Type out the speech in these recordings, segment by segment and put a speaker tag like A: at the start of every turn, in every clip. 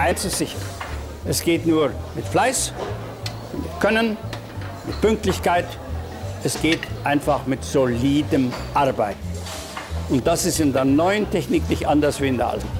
A: eins ist sicher. Es geht nur mit Fleiß, mit Können, mit Pünktlichkeit. Es geht einfach mit solidem Arbeiten. Und das ist in der neuen Technik nicht anders wie in der alten.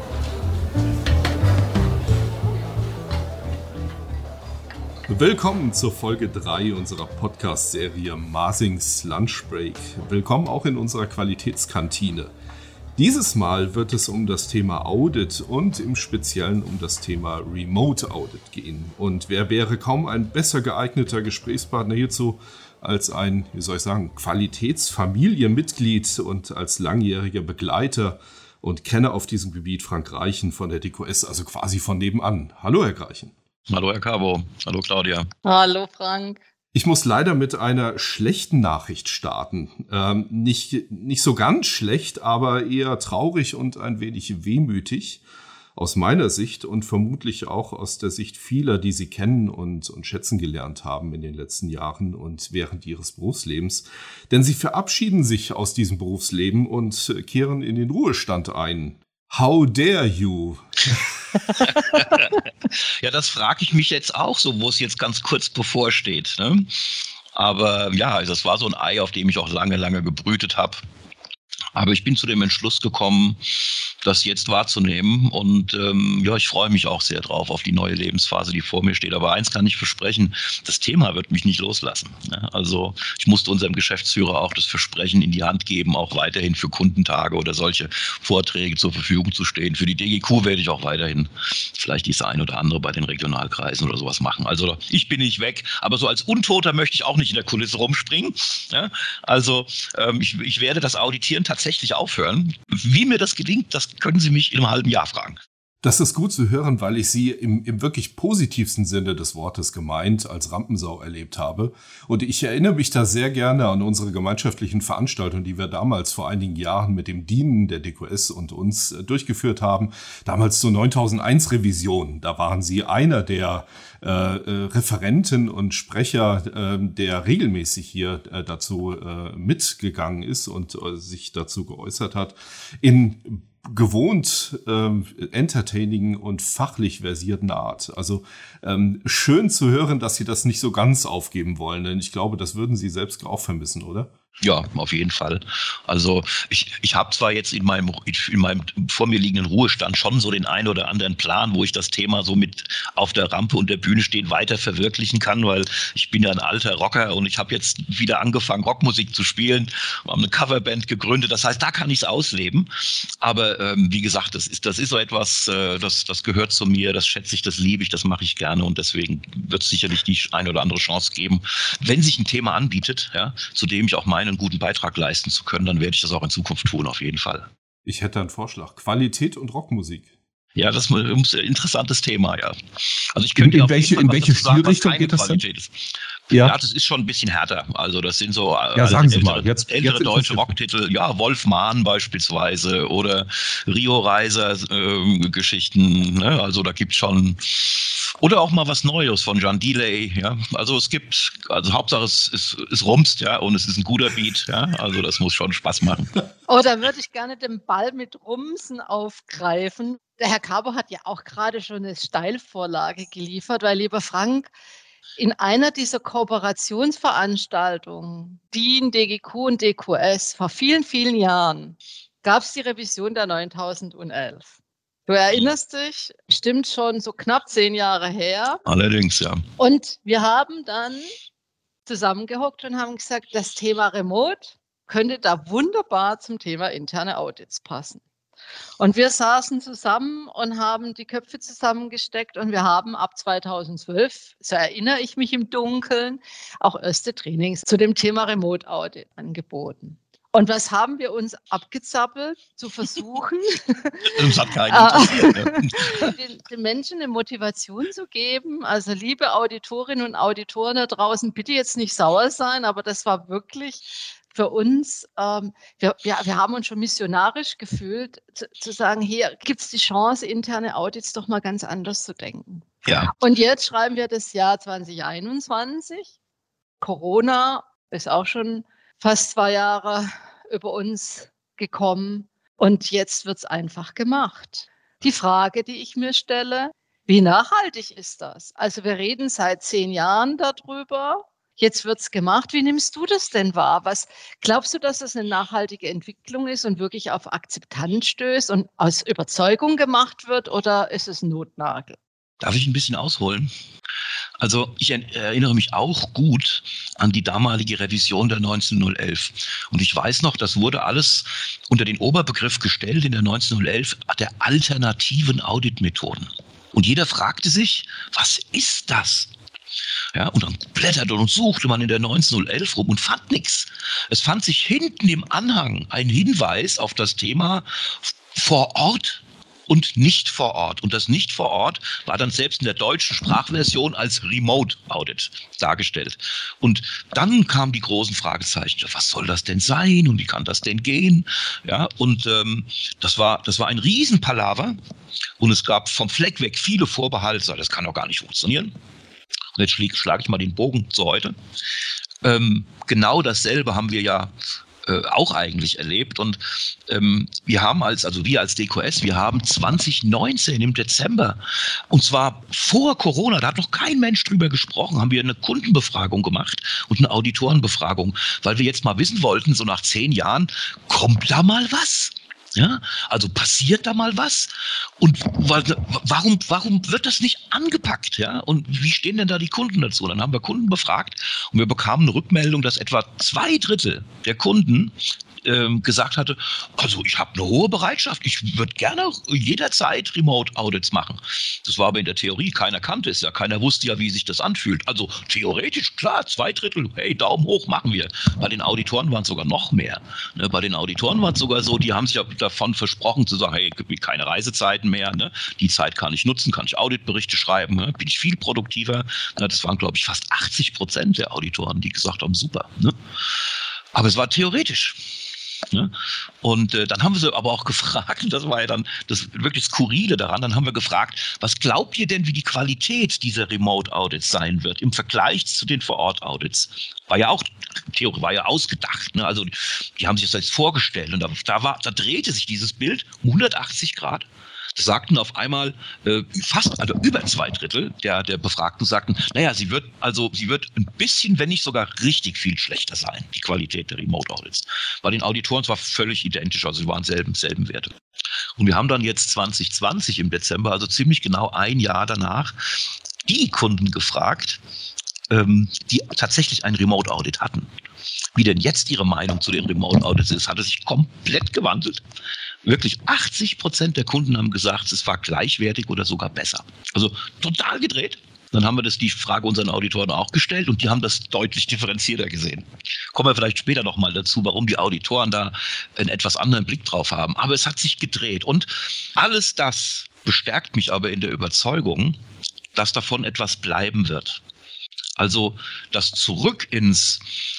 B: Willkommen zur Folge 3 unserer Podcast-Serie Masings Lunch Break. Willkommen auch in unserer Qualitätskantine. Dieses Mal wird es um das Thema Audit und im Speziellen um das Thema Remote Audit gehen. Und wer wäre kaum ein besser geeigneter Gesprächspartner hierzu als ein, Qualitätsfamilienmitglied und als langjähriger Begleiter und Kenner auf diesem Gebiet Frank Greichen von der DQS, also quasi von nebenan. Hallo, Herr Greichen.
C: Hallo, Herr Cabo. Hallo, Claudia.
D: Hallo, Frank.
B: Ich muss leider mit einer schlechten Nachricht starten. Nicht so ganz schlecht, aber eher traurig und ein wenig wehmütig aus meiner Sicht und vermutlich auch aus der Sicht vieler, die Sie kennen und schätzen gelernt haben in den letzten Jahren und während Ihres Berufslebens. Denn Sie verabschieden sich aus diesem Berufsleben und kehren in den Ruhestand ein. How dare you?
C: Ja, das frage ich mich jetzt auch so, wo es jetzt ganz kurz bevorsteht. Ne? Aber ja, das war so ein Ei, auf dem ich auch lange, lange gebrütet habe. Aber ich bin zu dem Entschluss gekommen, das jetzt wahrzunehmen. Und ich freue mich auch sehr drauf, auf die neue Lebensphase, die vor mir steht. Aber eins kann ich versprechen, das Thema wird mich nicht loslassen. Ne? Also ich musste unserem Geschäftsführer auch das Versprechen in die Hand geben, auch weiterhin für Kundentage oder solche Vorträge zur Verfügung zu stehen. Für die DGQ werde ich auch weiterhin vielleicht das ein oder andere bei den Regionalkreisen oder sowas machen. Also ich bin nicht weg, aber so als Untoter möchte ich auch nicht in der Kulisse rumspringen. Ja? Also ich werde das Auditieren tatsächlich aufhören. Wie mir das gelingt, das können Sie mich in einem halben Jahr fragen.
B: Das ist gut zu hören, weil ich Sie im wirklich positivsten Sinne des Wortes gemeint als Rampensau erlebt habe. Und ich erinnere mich da sehr gerne an unsere gemeinschaftlichen Veranstaltungen, die wir damals vor einigen Jahren mit dem DIN der DQS und uns durchgeführt haben. Damals zur 9001-Revision. Da waren Sie einer der Referenten und Sprecher, der regelmäßig hier dazu mitgegangen ist und sich dazu geäußert hat. In gewohnt entertaining und fachlich versierten Art. Also schön zu hören, dass Sie das nicht so ganz aufgeben wollen, denn ich glaube, das würden Sie selbst auch vermissen, oder?
C: Ja, auf jeden Fall. Also ich habe zwar jetzt in meinem vor mir liegenden Ruhestand schon so den einen oder anderen Plan, wo ich das Thema so mit auf der Rampe und der Bühne stehen weiter verwirklichen kann, weil ich bin ja ein alter Rocker und ich habe jetzt wieder angefangen, Rockmusik zu spielen, wir haben eine Coverband gegründet, das heißt, da kann ich es ausleben. Aber wie gesagt, das ist so etwas, das gehört zu mir, das schätze ich, das liebe ich, das mache ich gerne und deswegen wird es sicherlich die eine oder andere Chance geben, wenn sich ein Thema anbietet, ja, zu dem ich auch einen guten Beitrag leisten zu können, dann werde ich das auch in Zukunft tun, auf jeden Fall.
B: Ich hätte einen Vorschlag. Qualität und Rockmusik.
C: Ja, das ist ein interessantes Thema, ja. Also ich könnte
B: in welche Stilrichtung geht das denn?
C: Ja, das ist schon ein bisschen härter. Also das sind so
B: sagen Sie mal.
C: Ältere deutsche Rocktitel, ja, Wolf Mahn beispielsweise oder Rio Reiser Geschichten, ne? Also da gibt's schon oder auch mal was Neues von John Delay, ja. Also Hauptsache es rumst, ja, und es ist ein guter Beat, ja. Also das muss schon Spaß machen.
D: Oh, da würde ich gerne den Ball mit Rumsen aufgreifen. Der Herr Cabo hat ja auch gerade schon eine Steilvorlage geliefert, weil, lieber Frank, in einer dieser Kooperationsveranstaltungen, DIN, DGQ und DQS, vor vielen, vielen Jahren, gab es die Revision der 9011. Du erinnerst dich, stimmt schon so knapp 10 Jahre her.
C: Allerdings, ja.
D: Und wir haben dann zusammengehockt und haben gesagt, das Thema Remote könnte da wunderbar zum Thema interne Audits passen. Und wir saßen zusammen und haben die Köpfe zusammengesteckt und wir haben ab 2012, so erinnere ich mich im Dunkeln, auch erste Trainings zu dem Thema Remote Audit angeboten. Und was haben wir uns abgezappelt, zu versuchen,
C: das hat keinen interessiert,
D: den Menschen eine Motivation zu geben? Also liebe Auditorinnen und Auditoren da draußen, bitte jetzt nicht sauer sein, aber das war wirklich für uns, wir haben uns schon missionarisch gefühlt, zu sagen, hier gibt es die Chance, interne Audits doch mal ganz anders zu denken.
C: Ja.
D: Und jetzt schreiben wir das Jahr 2021. Corona ist auch schon fast 2 Jahre über uns gekommen und jetzt wird es einfach gemacht. Die Frage, die ich mir stelle, Wie nachhaltig ist das? Also wir reden seit 10 Jahren darüber. Jetzt wird es gemacht. Wie nimmst du das denn wahr? Was glaubst du, dass das eine nachhaltige Entwicklung ist und wirklich auf Akzeptanz stößt und aus Überzeugung gemacht wird, oder ist es ein Notnagel?
C: Darf ich ein bisschen ausholen? Also ich erinnere mich auch gut an die damalige Revision der 19011. Und ich weiß noch, das wurde alles unter den Oberbegriff gestellt in der 19011 der alternativen Auditmethoden. Und jeder fragte sich, was ist das? Ja, und dann blätterte und suchte man in der 19011 rum und fand nichts. Es fand sich hinten im Anhang ein Hinweis auf das Thema vor Ort und nicht vor Ort. Und das nicht vor Ort war dann selbst in der deutschen Sprachversion als Remote Audit dargestellt. Und dann kamen die großen Fragezeichen. Was soll das denn sein? Und wie kann das denn gehen? Ja, und das war ein Riesenpalaver. Und es gab vom Fleck weg viele Vorbehalte. Das kann doch gar nicht funktionieren. Und jetzt schlage ich mal den Bogen zu heute. Genau dasselbe haben wir ja auch eigentlich erlebt. Und wir als DQS, wir haben 2019 im Dezember, und zwar vor Corona, da hat noch kein Mensch drüber gesprochen, haben wir eine Kundenbefragung gemacht und eine Auditorenbefragung, weil wir jetzt mal wissen wollten, so nach 10 Jahren, kommt da mal was? Ja, also passiert da mal was? Und warum wird das nicht angepackt? Ja? Und wie stehen denn da die Kunden dazu? Dann haben wir Kunden befragt und wir bekamen eine Rückmeldung, dass etwa 2/3 der Kunden gesagt hatte, also ich habe eine hohe Bereitschaft, ich würde gerne jederzeit Remote-Audits machen. Das war aber in der Theorie, keiner kannte es ja, keiner wusste ja, wie sich das anfühlt. Also theoretisch, klar, 2/3, hey, Daumen hoch, machen wir. Bei den Auditoren waren es sogar noch mehr. Ne, bei den Auditoren war es sogar so, die haben sich ja davon versprochen zu sagen, hey, gibt mir keine Reisezeiten mehr, ne? Die Zeit kann ich nutzen, kann ich Auditberichte schreiben, ne? Bin ich viel produktiver. Ne? Das waren, glaube ich, fast 80% der Auditoren, die gesagt haben, super. Ne? Aber es war theoretisch. Ne? Und dann haben wir sie aber auch gefragt, und das war ja dann das wirklich Skurrile daran, dann haben wir gefragt, was glaubt ihr denn, wie die Qualität dieser Remote-Audits sein wird im Vergleich zu den Vor-Ort-Audits? War ja auch ausgedacht. Ne? Also die haben sich das jetzt vorgestellt und da drehte sich dieses Bild um 180 Grad. Das sagten auf einmal also über 2/3 der Befragten sagten, naja, sie wird ein bisschen, wenn nicht sogar richtig viel schlechter sein, die Qualität der Remote Audits. Bei den Auditoren zwar völlig identisch, also sie waren selben Werte. Und wir haben dann jetzt 2020 im Dezember, also ziemlich genau ein Jahr danach, die Kunden gefragt, die tatsächlich ein Remote Audit hatten. Wie denn jetzt ihre Meinung zu den Remote Audits ist, hatte sich komplett gewandelt. Wirklich 80% der Kunden haben gesagt, es war gleichwertig oder sogar besser. Also total gedreht. Dann haben wir die Frage unseren Auditoren auch gestellt und die haben das deutlich differenzierter gesehen. Kommen wir vielleicht später nochmal dazu, warum die Auditoren da einen etwas anderen Blick drauf haben. Aber es hat sich gedreht und alles das bestärkt mich aber in der Überzeugung, dass davon etwas bleiben wird. Also das Zurück ins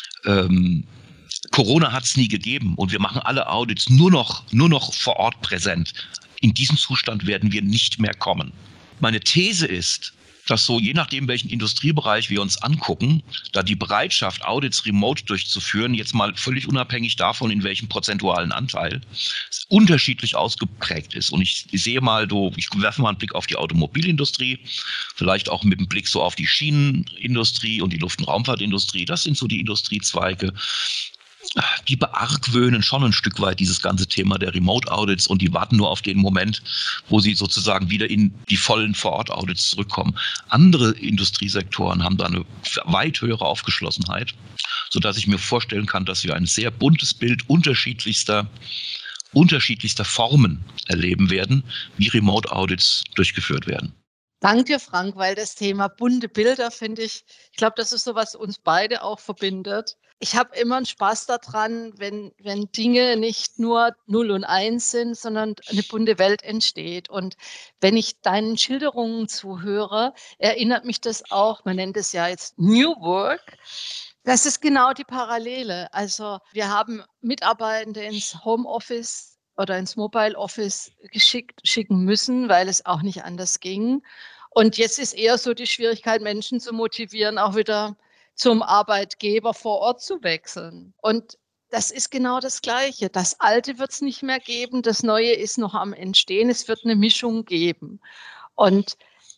C: Corona hat es nie gegeben und wir machen alle Audits nur noch vor Ort präsent. In diesen Zustand werden wir nicht mehr kommen. Meine These ist, dass so je nachdem, welchen Industriebereich wir uns angucken, da die Bereitschaft, Audits remote durchzuführen, jetzt mal völlig unabhängig davon, in welchem prozentualen Anteil, unterschiedlich ausgeprägt ist. Und ich sehe mal, ich werfe mal einen Blick auf die Automobilindustrie, vielleicht auch mit einem Blick so auf die Schienenindustrie und die Luft- und Raumfahrtindustrie. Das sind so die Industriezweige, die beargwöhnen schon ein Stück weit dieses ganze Thema der Remote-Audits und die warten nur auf den Moment, wo sie sozusagen wieder in die vollen Vor-Ort-Audits zurückkommen. Andere Industriesektoren haben da eine weit höhere Aufgeschlossenheit, sodass ich mir vorstellen kann, dass wir ein sehr buntes Bild unterschiedlichster Formen erleben werden, wie Remote-Audits durchgeführt werden.
D: Danke dir, Frank, weil das Thema bunte Bilder, finde ich glaube, das ist so, was uns beide auch verbindet. Ich habe immer einen Spaß daran, wenn Dinge nicht nur 0 und 1 sind, sondern eine bunte Welt entsteht. Und wenn ich deinen Schilderungen zuhöre, erinnert mich das auch, man nennt es ja jetzt New Work, das ist genau die Parallele. Also wir haben Mitarbeitende ins Homeoffice oder ins Mobile Office schicken müssen, weil es auch nicht anders ging. Und jetzt ist eher so die Schwierigkeit, Menschen zu motivieren, auch wieder zum Arbeitgeber vor Ort zu wechseln. Und das ist genau das Gleiche. Das Alte wird es nicht mehr geben, das Neue ist noch am Entstehen. Es wird eine Mischung geben. Und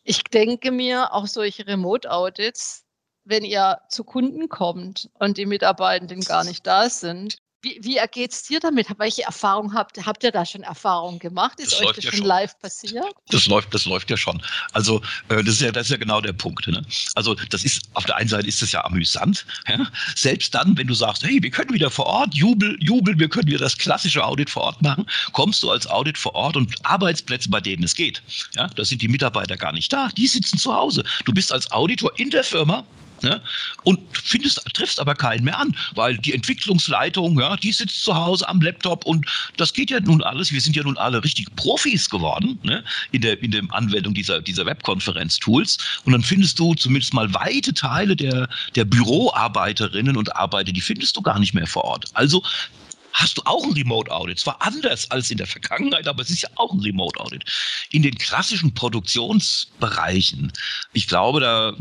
D: Ich denke mir, auch solche Remote-Audits, wenn ihr zu Kunden kommt und die Mitarbeitenden gar nicht da sind, wie ergeht es dir damit? Welche Erfahrung habt ihr da schon Erfahrungen gemacht? Ist euch das schon live passiert?
C: Das läuft ja schon. Also das ist ja genau der Punkt. Ne? Also das ist, auf der einen Seite ist das ja amüsant. Ja? Selbst dann, wenn du sagst, hey, wir können wieder vor Ort, Jubel, wir können wieder das klassische Audit vor Ort machen, kommst du als Audit vor Ort und Arbeitsplätze, bei denen es geht. Ja? Da sind die Mitarbeiter gar nicht da, die sitzen zu Hause. Du bist als Auditor in der Firma, ja, und triffst aber keinen mehr an, weil die Entwicklungsleitung, ja, die sitzt zu Hause am Laptop und das geht ja nun alles. Wir sind ja nun alle richtig Profis geworden, ne, in der Anwendung dieser Webkonferenz-Tools. Und dann findest du zumindest mal weite Teile der Büroarbeiterinnen und Arbeiter, die findest du gar nicht mehr vor Ort. Also hast du auch ein Remote-Audit. Zwar anders als in der Vergangenheit, aber es ist ja auch ein Remote-Audit. In den klassischen Produktionsbereichen, ich glaube,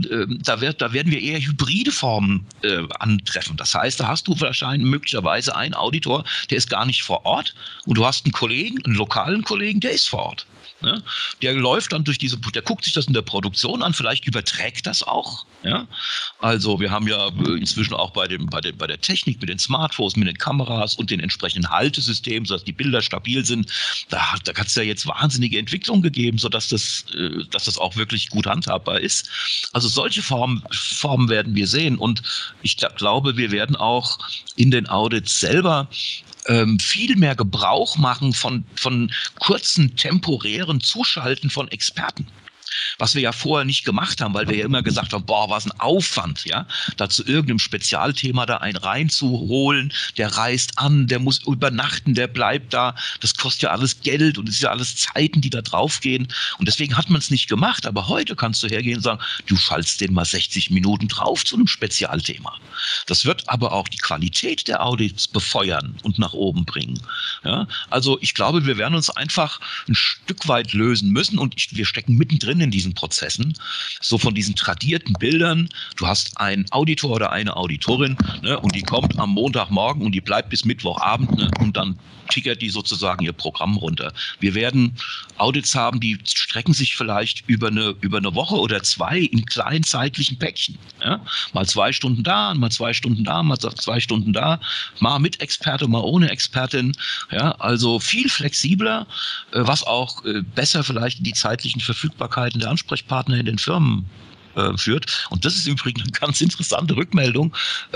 C: da werden wir eher hybride Formen antreffen. Das heißt, da hast du wahrscheinlich möglicherweise einen Auditor, der ist gar nicht vor Ort und du hast einen lokalen Kollegen, der ist vor Ort. Ja, der läuft dann der guckt sich das in der Produktion an, vielleicht überträgt das auch. Ja? Also wir haben ja inzwischen auch bei der Technik mit den Smartphones, mit den Kameras und den entsprechenden Haltesystemen, sodass die Bilder stabil sind, da hat es ja jetzt wahnsinnige Entwicklungen gegeben, sodass dass das auch wirklich gut handhabbar ist. Also solche Formen werden wir sehen und ich glaube, wir werden auch in den Audits selber viel mehr Gebrauch machen von kurzen, temporären Zuschalten von Experten. Was wir ja vorher nicht gemacht haben, weil wir ja immer gesagt haben, boah, was ein Aufwand, ja, da zu irgendeinem Spezialthema da einen reinzuholen, der reist an, der muss übernachten, der bleibt da, das kostet ja alles Geld und es ist ja alles Zeiten, die da draufgehen und deswegen hat man es nicht gemacht, aber heute kannst du hergehen und sagen, du schaltest den mal 60 Minuten drauf zu einem Spezialthema. Das wird aber auch die Qualität der Audits befeuern und nach oben bringen. Ja, also ich glaube, wir werden uns einfach ein Stück weit lösen müssen und wir stecken mittendrin in diesen Prozessen, so von diesen tradierten Bildern, du hast einen Auditor oder eine Auditorin, ne, und die kommt am Montagmorgen und die bleibt bis Mittwochabend, ne, und dann tickert die sozusagen ihr Programm runter. Wir werden Audits haben, die strecken sich vielleicht über eine Woche oder zwei in kleinen zeitlichen Päckchen. Ja? Mal 2 Stunden da, mal 2 Stunden da, mal 2 Stunden da, mal mit Experte, mal ohne Expertin. Ja? Also viel flexibler, was auch besser vielleicht die zeitlichen Verfügbarkeiten der Ansprechpartner in den Firmen führt. Und das ist übrigens eine ganz interessante Rückmeldung,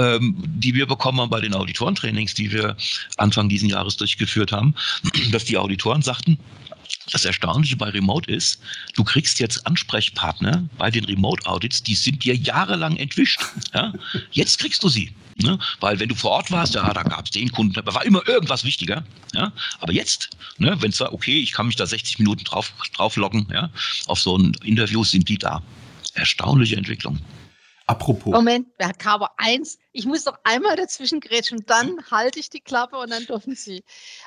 C: die wir bekommen haben bei den Auditorentrainings, die wir Anfang dieses Jahres durchgeführt haben, dass die Auditoren sagten, das Erstaunliche bei Remote ist, du kriegst jetzt Ansprechpartner bei den Remote-Audits, die sind dir jahrelang entwischt. Ja? Jetzt kriegst du sie. Ne? Weil wenn du vor Ort warst, ja, da gab es den Kunden, da war immer irgendwas wichtiger. Ja? Aber jetzt, ne, wenn es war, okay, ich kann mich da 60 Minuten drauf loggen, ja, auf so ein Interview, sind die da. Erstaunliche Entwicklung.
B: Apropos.
D: Moment, Herr Kaber, ich muss noch einmal dazwischen grätschen, dann halte ich die Klappe und dann dürfen Sie.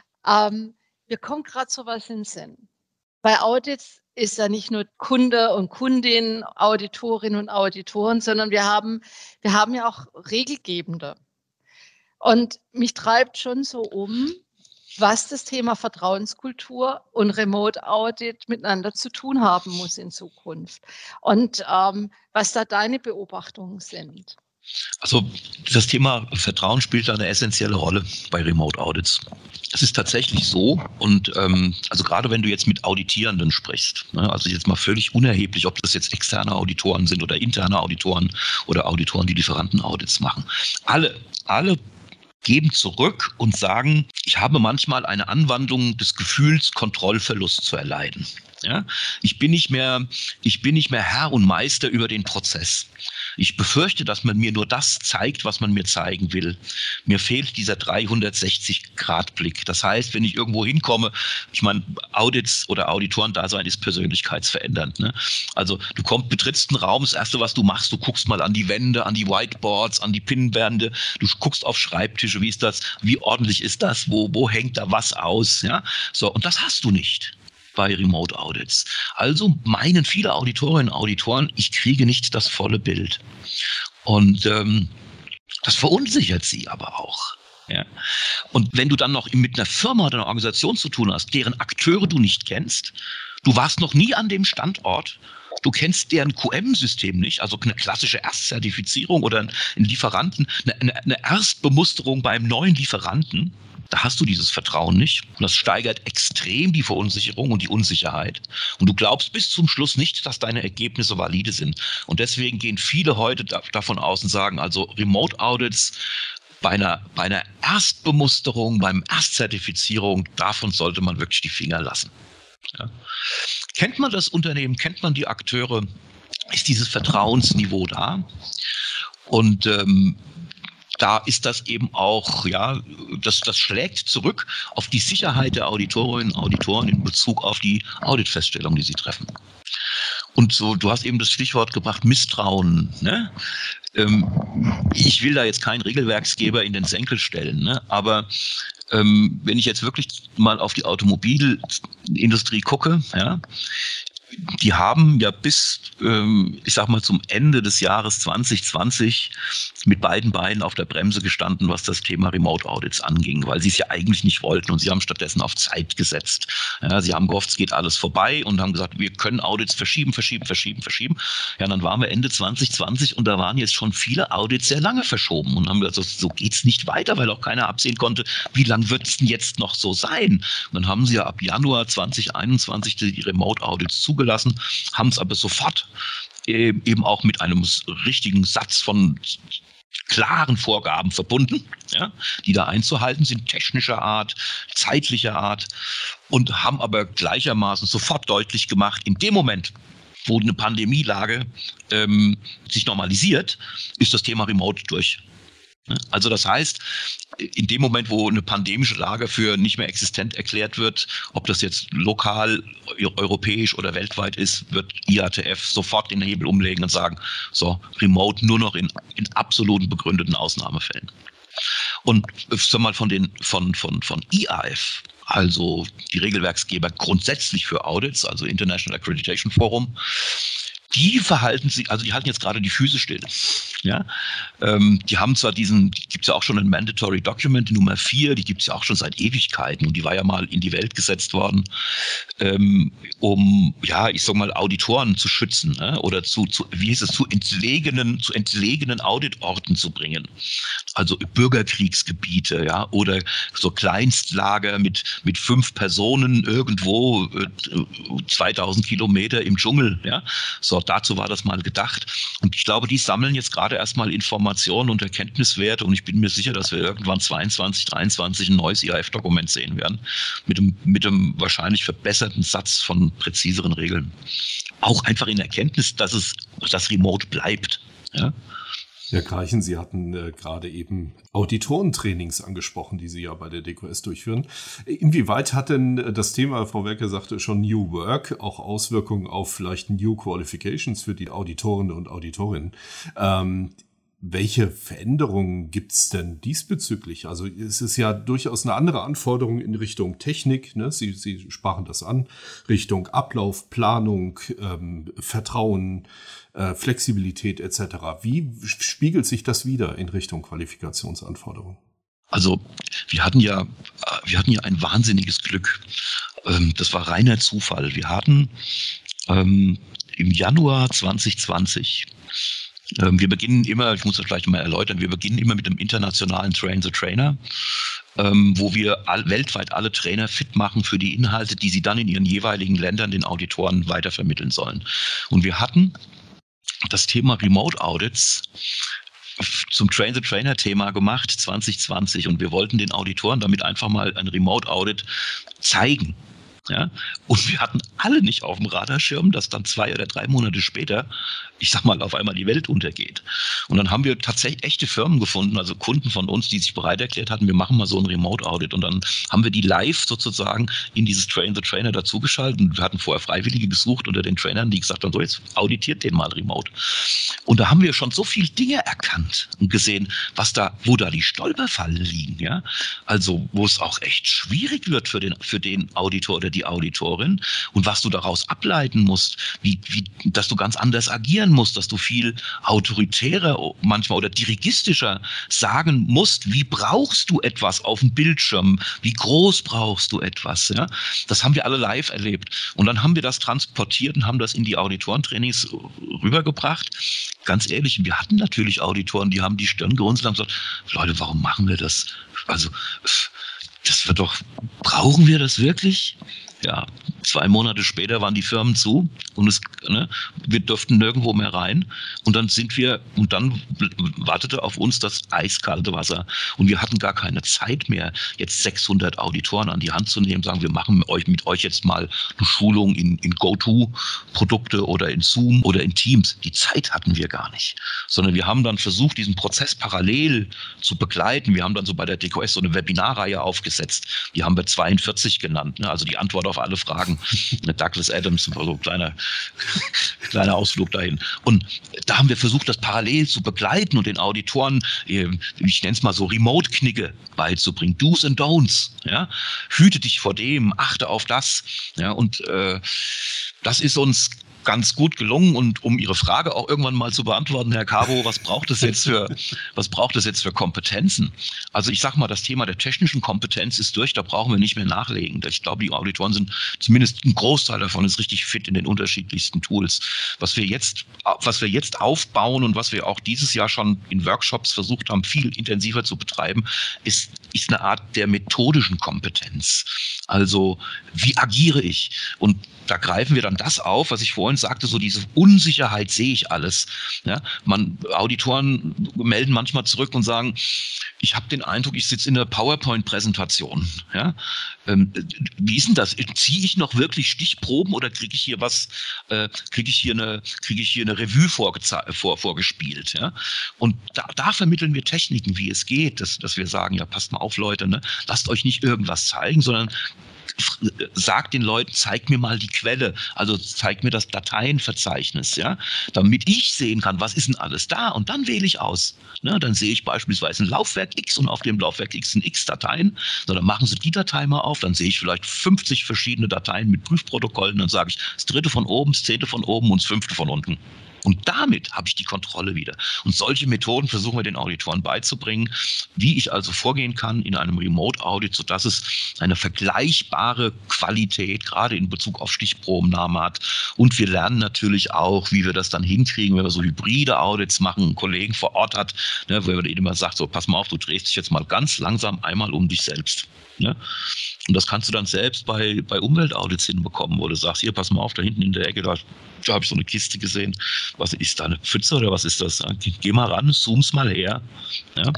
D: Mir kommt gerade so was in den Sinn. Bei Audits ist ja nicht nur Kunde und Kundin, Auditorinnen und Auditoren, sondern wir haben ja auch Regelgebende. Und mich treibt schon so was das Thema Vertrauenskultur und Remote Audit miteinander zu tun haben muss in Zukunft. Und was da deine Beobachtungen sind.
C: Also das Thema Vertrauen spielt eine essentielle Rolle bei Remote Audits. Es ist tatsächlich so und also gerade wenn du jetzt mit Auditierenden sprichst, ne, also jetzt mal völlig unerheblich, ob das jetzt externe Auditoren sind oder interne Auditoren oder Auditoren, die Lieferantenaudits machen. Alle geben zurück und sagen, ich habe manchmal eine Anwandlung des Gefühls, Kontrollverlust zu erleiden. Ja? Ich bin nicht mehr Herr und Meister über den Prozess. Ich befürchte, dass man mir nur das zeigt, was man mir zeigen will. Mir fehlt dieser 360-Grad-Blick. Das heißt, wenn ich irgendwo hinkomme, ich meine, Audits oder Auditoren-Dasein ist persönlichkeitsverändernd. Ne? Also du betrittst einen Raum, das Erste, was du machst, du guckst mal an die Wände, an die Whiteboards, an die Pinnwände, du guckst auf Schreibtische, wie ist das, wie ordentlich ist das, wo hängt da was aus. Ja? So, und das hast du nicht bei Remote Audits. Also meinen viele Auditorinnen und Auditoren, ich kriege nicht das volle Bild. Und das verunsichert sie aber auch. Ja. Und wenn du dann noch mit einer Firma oder einer Organisation zu tun hast, deren Akteure du nicht kennst, du warst noch nie an dem Standort, Du kennst deren QM-System nicht, also eine klassische Erstzertifizierung oder einen Lieferanten, eine Erstbemusterung beim neuen Lieferanten. Da hast du dieses Vertrauen nicht. Und das steigert extrem die Verunsicherung und die Unsicherheit. Und du glaubst bis zum Schluss nicht, dass deine Ergebnisse valide sind. Und deswegen gehen viele heute davon aus und sagen, also Remote Audits bei einer Erstbemusterung, beim Erstzertifizierung, davon sollte man wirklich die Finger lassen. Ja. Kennt man das Unternehmen, kennt man die Akteure, ist dieses Vertrauensniveau da? Und da ist das eben auch, ja, das schlägt zurück auf die Sicherheit der Auditorinnen und Auditoren in Bezug auf die Auditfeststellung, die sie treffen. Und so, du hast eben das Stichwort gebracht, Misstrauen, ne? Ich will da jetzt keinen Regelwerksgeber in den Senkel stellen, ne? Aber wenn ich jetzt wirklich mal auf die Automobilindustrie gucke, ja, die haben ja bis, ich sag mal, zum Ende des Jahres 2020 mit beiden Beinen auf der Bremse gestanden, was das Thema Remote Audits anging, weil sie es ja eigentlich nicht wollten und sie haben stattdessen auf Zeit gesetzt. Ja, sie haben gehofft, es geht alles vorbei und haben gesagt, wir können Audits verschieben. Ja, dann waren wir Ende 2020 und da waren jetzt schon viele Audits sehr lange verschoben und haben gesagt, so geht's nicht weiter, weil auch keiner absehen konnte, wie lange wird es denn jetzt noch so sein? Und dann haben sie ja ab Januar 2021 die Remote Audits zugelassen, haben es aber sofort eben auch mit einem richtigen Satz von klaren Vorgaben verbunden, ja, die da einzuhalten sind, technischer Art, zeitlicher Art, und haben aber gleichermaßen sofort deutlich gemacht, in dem Moment, wo eine Pandemielage sich normalisiert, ist das Thema Remote durch. Also das heißt, in dem Moment, wo eine pandemische Lage für nicht mehr existent erklärt wird, ob das jetzt lokal, europäisch oder weltweit ist, wird IATF sofort den Hebel umlegen und sagen, so, Remote nur noch in absoluten begründeten Ausnahmefällen. Und sag mal von IAF, also die Regelwerksgeber grundsätzlich für Audits, also International Accreditation Forum, die verhalten sich, also die halten jetzt gerade die Füße still. Ja? Die haben zwar gibt es ja auch schon ein Mandatory Document, die Nummer 4, die gibt es ja auch schon seit Ewigkeiten und die war ja mal in die Welt gesetzt worden, ja, ich sag mal, Auditoren zu schützen, ne? Oder zu entlegenen Auditorten zu bringen. Also Bürgerkriegsgebiete, ja, oder so Kleinstlager mit 5 Personen irgendwo 2000 Kilometer im Dschungel, ja. So, dazu war das mal gedacht. Und ich glaube, die sammeln jetzt gerade erstmal Informationen und Erkenntniswerte und ich bin mir sicher, dass wir irgendwann 2022, 2023 ein neues IAF-Dokument sehen werden mit einem wahrscheinlich verbesserten Satz von präziseren Regeln. Auch einfach in Erkenntnis, dass das Remote bleibt. Ja?
B: Herr Greichen, Sie hatten gerade eben Auditorentrainings angesprochen, die Sie ja bei der DQS durchführen. Inwieweit hat denn das Thema, Frau Werke sagte schon, New Work auch Auswirkungen auf vielleicht New Qualifications für die Auditorinnen und Auditorinnen? Welche Veränderungen gibt es denn diesbezüglich? Also es ist ja durchaus eine andere Anforderung in Richtung Technik, ne? Sie sprachen das an, Richtung Ablauf, Planung, Vertrauen, Flexibilität etc. Wie spiegelt sich das wieder in Richtung Qualifikationsanforderungen?
C: Also wir hatten ja ein wahnsinniges Glück. Das war reiner Zufall. Wir hatten im Januar 2020 wir beginnen immer, ich muss das gleich mal erläutern, wir beginnen immer mit einem internationalen Train the Trainer, wo wir weltweit alle Trainer fit machen für die Inhalte, die sie dann in ihren jeweiligen Ländern den Auditoren weitervermitteln sollen. Und wir hatten das Thema Remote Audits zum Train the Trainer Thema gemacht 2020 und wir wollten den Auditoren damit einfach mal ein Remote Audit zeigen. Ja? Und wir hatten alle nicht auf dem Radarschirm, dass dann 2 oder 3 Monate später, ich sag mal, auf einmal die Welt untergeht. Und dann haben wir tatsächlich echte Firmen gefunden, also Kunden von uns, die sich bereit erklärt hatten, wir machen mal so ein Remote-Audit. Und dann haben wir die live sozusagen in dieses Train the Trainer dazugeschaltet. Und wir hatten vorher Freiwillige gesucht unter den Trainern, die gesagt haben, so jetzt auditiert den mal remote. Und da haben wir schon so viele Dinge erkannt und gesehen, wo da die Stolperfallen liegen. Ja? Also wo es auch echt schwierig wird für den Auditor oder die die Auditorin und was du daraus ableiten musst, dass du ganz anders agieren musst, dass du viel autoritärer manchmal oder dirigistischer sagen musst, wie brauchst du etwas auf dem Bildschirm, wie groß brauchst du etwas. Ja? Das haben wir alle live erlebt. Und dann haben wir das transportiert und haben das in die Auditorentrainings rübergebracht. Ganz ehrlich, wir hatten natürlich Auditoren, die haben die Stirn gerunzelt und haben gesagt, Leute, warum machen wir das? Also, das wird doch, brauchen wir das wirklich? Ja, 2 Monate später waren die Firmen zu und wir durften nirgendwo mehr rein. Und dann wartete auf uns das eiskalte Wasser. Und wir hatten gar keine Zeit mehr, jetzt 600 Auditoren an die Hand zu nehmen, sagen, wir machen mit euch jetzt mal eine Schulung in GoTo-Produkte oder in Zoom oder in Teams. Die Zeit hatten wir gar nicht. Sondern wir haben dann versucht, diesen Prozess parallel zu begleiten. Wir haben dann so bei der DQS so eine Webinarreihe aufgesetzt. Die haben wir 42 genannt, ne? Also die Antwort auf alle Fragen. Douglas Adams, so kleiner Ausflug dahin. Und da haben wir versucht, das parallel zu begleiten und den Auditoren, ich nenne es mal so Remote-Knicke beizubringen. Do's and Don'ts. Ja? Hüte dich vor dem, achte auf das. Ja? Und das ist uns ganz gut gelungen. Und um Ihre Frage auch irgendwann mal zu beantworten, Herr Cabo, was braucht es jetzt für Kompetenzen? Also ich sage mal, das Thema der technischen Kompetenz ist durch, da brauchen wir nicht mehr nachlegen. Ich glaube, die Auditoren sind, zumindest ein Großteil davon ist richtig fit in den unterschiedlichsten Tools. Was wir jetzt aufbauen und was wir auch dieses Jahr schon in Workshops versucht haben, viel intensiver zu betreiben, ist eine Art der methodischen Kompetenz. Also wie agiere ich? Und da greifen wir dann das auf, was ich vorhin sagte, so diese Unsicherheit, sehe ich alles. Ja, Auditoren melden manchmal zurück und sagen, ich habe den Eindruck, ich sitze in einer PowerPoint-Präsentation. Ja? Wie ist denn das? Ziehe ich noch wirklich Stichproben oder kriege ich hier eine Revue vorgespielt? Ja? Und da vermitteln wir Techniken, wie es geht, dass wir sagen, ja, passt mal auf, Leute, ne? Lasst euch nicht irgendwas zeigen, sondern sagt den Leuten, zeig mir mal die Quelle, also zeig mir das Dateienverzeichnis, ja, damit ich sehen kann, was ist denn alles da, und dann wähle ich aus. Ne, dann sehe ich beispielsweise ein Laufwerk X und auf dem Laufwerk X sind X Dateien, so, dann machen Sie die Datei mal auf, dann sehe ich vielleicht 50 verschiedene Dateien mit Prüfprotokollen, dann sage ich, das 3. von oben, das 10. von oben und das 5. von unten. Und damit habe ich die Kontrolle wieder. Und solche Methoden versuchen wir den Auditoren beizubringen, wie ich also vorgehen kann in einem Remote-Audit, sodass es eine vergleichbare Qualität gerade in Bezug auf Stichprobennahme hat. Und wir lernen natürlich auch, wie wir das dann hinkriegen, wenn wir so hybride Audits machen, einen Kollegen vor Ort hat, ne, wo er ihnen immer sagt, so pass mal auf, du drehst dich jetzt mal ganz langsam einmal um dich selbst. Ne? Und das kannst du dann selbst bei Umweltaudits hinbekommen, wo du sagst, hier, pass mal auf, da hinten in der Ecke, da habe ich so eine Kiste gesehen. Was ist da, eine Pfütze oder was ist das? Geh mal ran, zoom's mal her. Ja?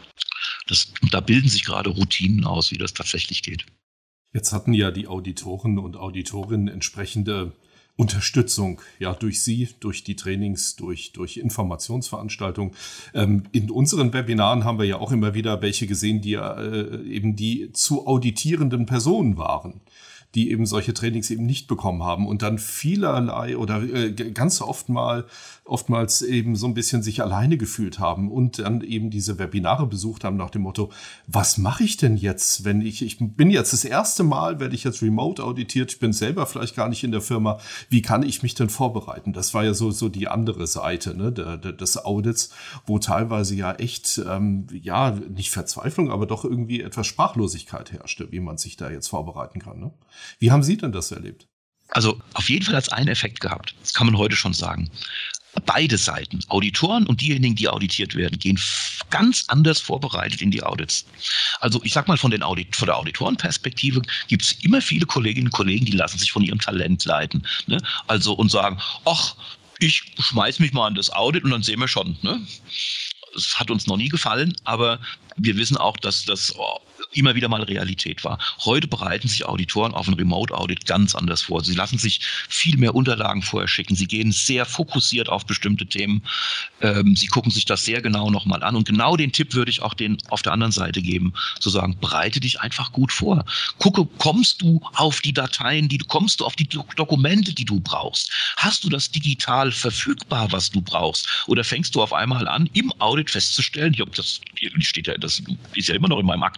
C: Da bilden sich gerade Routinen aus, wie das tatsächlich geht.
B: Jetzt hatten ja die Auditoren und Auditorinnen entsprechende Unterstützung, ja, durch Sie, durch die Trainings, durch Informationsveranstaltungen. In unseren Webinaren haben wir ja auch immer wieder welche gesehen, die eben die zu auditierenden Personen waren, die eben solche Trainings eben nicht bekommen haben und dann vielerlei oder ganz oftmals eben so ein bisschen sich alleine gefühlt haben und dann eben diese Webinare besucht haben nach dem Motto, was mache ich denn jetzt, wenn ich bin jetzt das erste Mal, werde ich jetzt remote auditiert, ich bin selber vielleicht gar nicht in der Firma, wie kann ich mich denn vorbereiten? Das war ja so die andere Seite, ne, des Audits, wo teilweise ja echt, nicht Verzweiflung, aber doch irgendwie etwas Sprachlosigkeit herrschte, wie man sich da jetzt vorbereiten kann, ne? Wie haben Sie denn das erlebt?
C: Also auf jeden Fall hat es einen Effekt gehabt. Das kann man heute schon sagen. Beide Seiten, Auditoren und diejenigen, die auditiert werden, gehen ganz anders vorbereitet in die Audits. Also ich sag mal, von der Auditorenperspektive gibt es immer viele Kolleginnen und Kollegen, die lassen sich von ihrem Talent leiten. Ne? Also und sagen, ach, ich schmeiß mich mal an das Audit und dann sehen wir schon. Ne? Es hat uns noch nie gefallen, aber wir wissen auch, dass das immer wieder mal Realität war. Heute bereiten sich Auditoren auf ein Remote-Audit ganz anders vor. Sie lassen sich viel mehr Unterlagen vorher schicken. Sie gehen sehr fokussiert auf bestimmte Themen. Sie gucken sich das sehr genau nochmal an. Und genau den Tipp würde ich auch den auf der anderen Seite geben, zu sagen, bereite dich einfach gut vor. Gucke, kommst du auf die Dateien, kommst du auf die Dokumente, die du brauchst? Hast du das digital verfügbar, was du brauchst? Oder fängst du auf einmal an, im Audit festzustellen, das ist ja immer noch in meinem Aktenordner,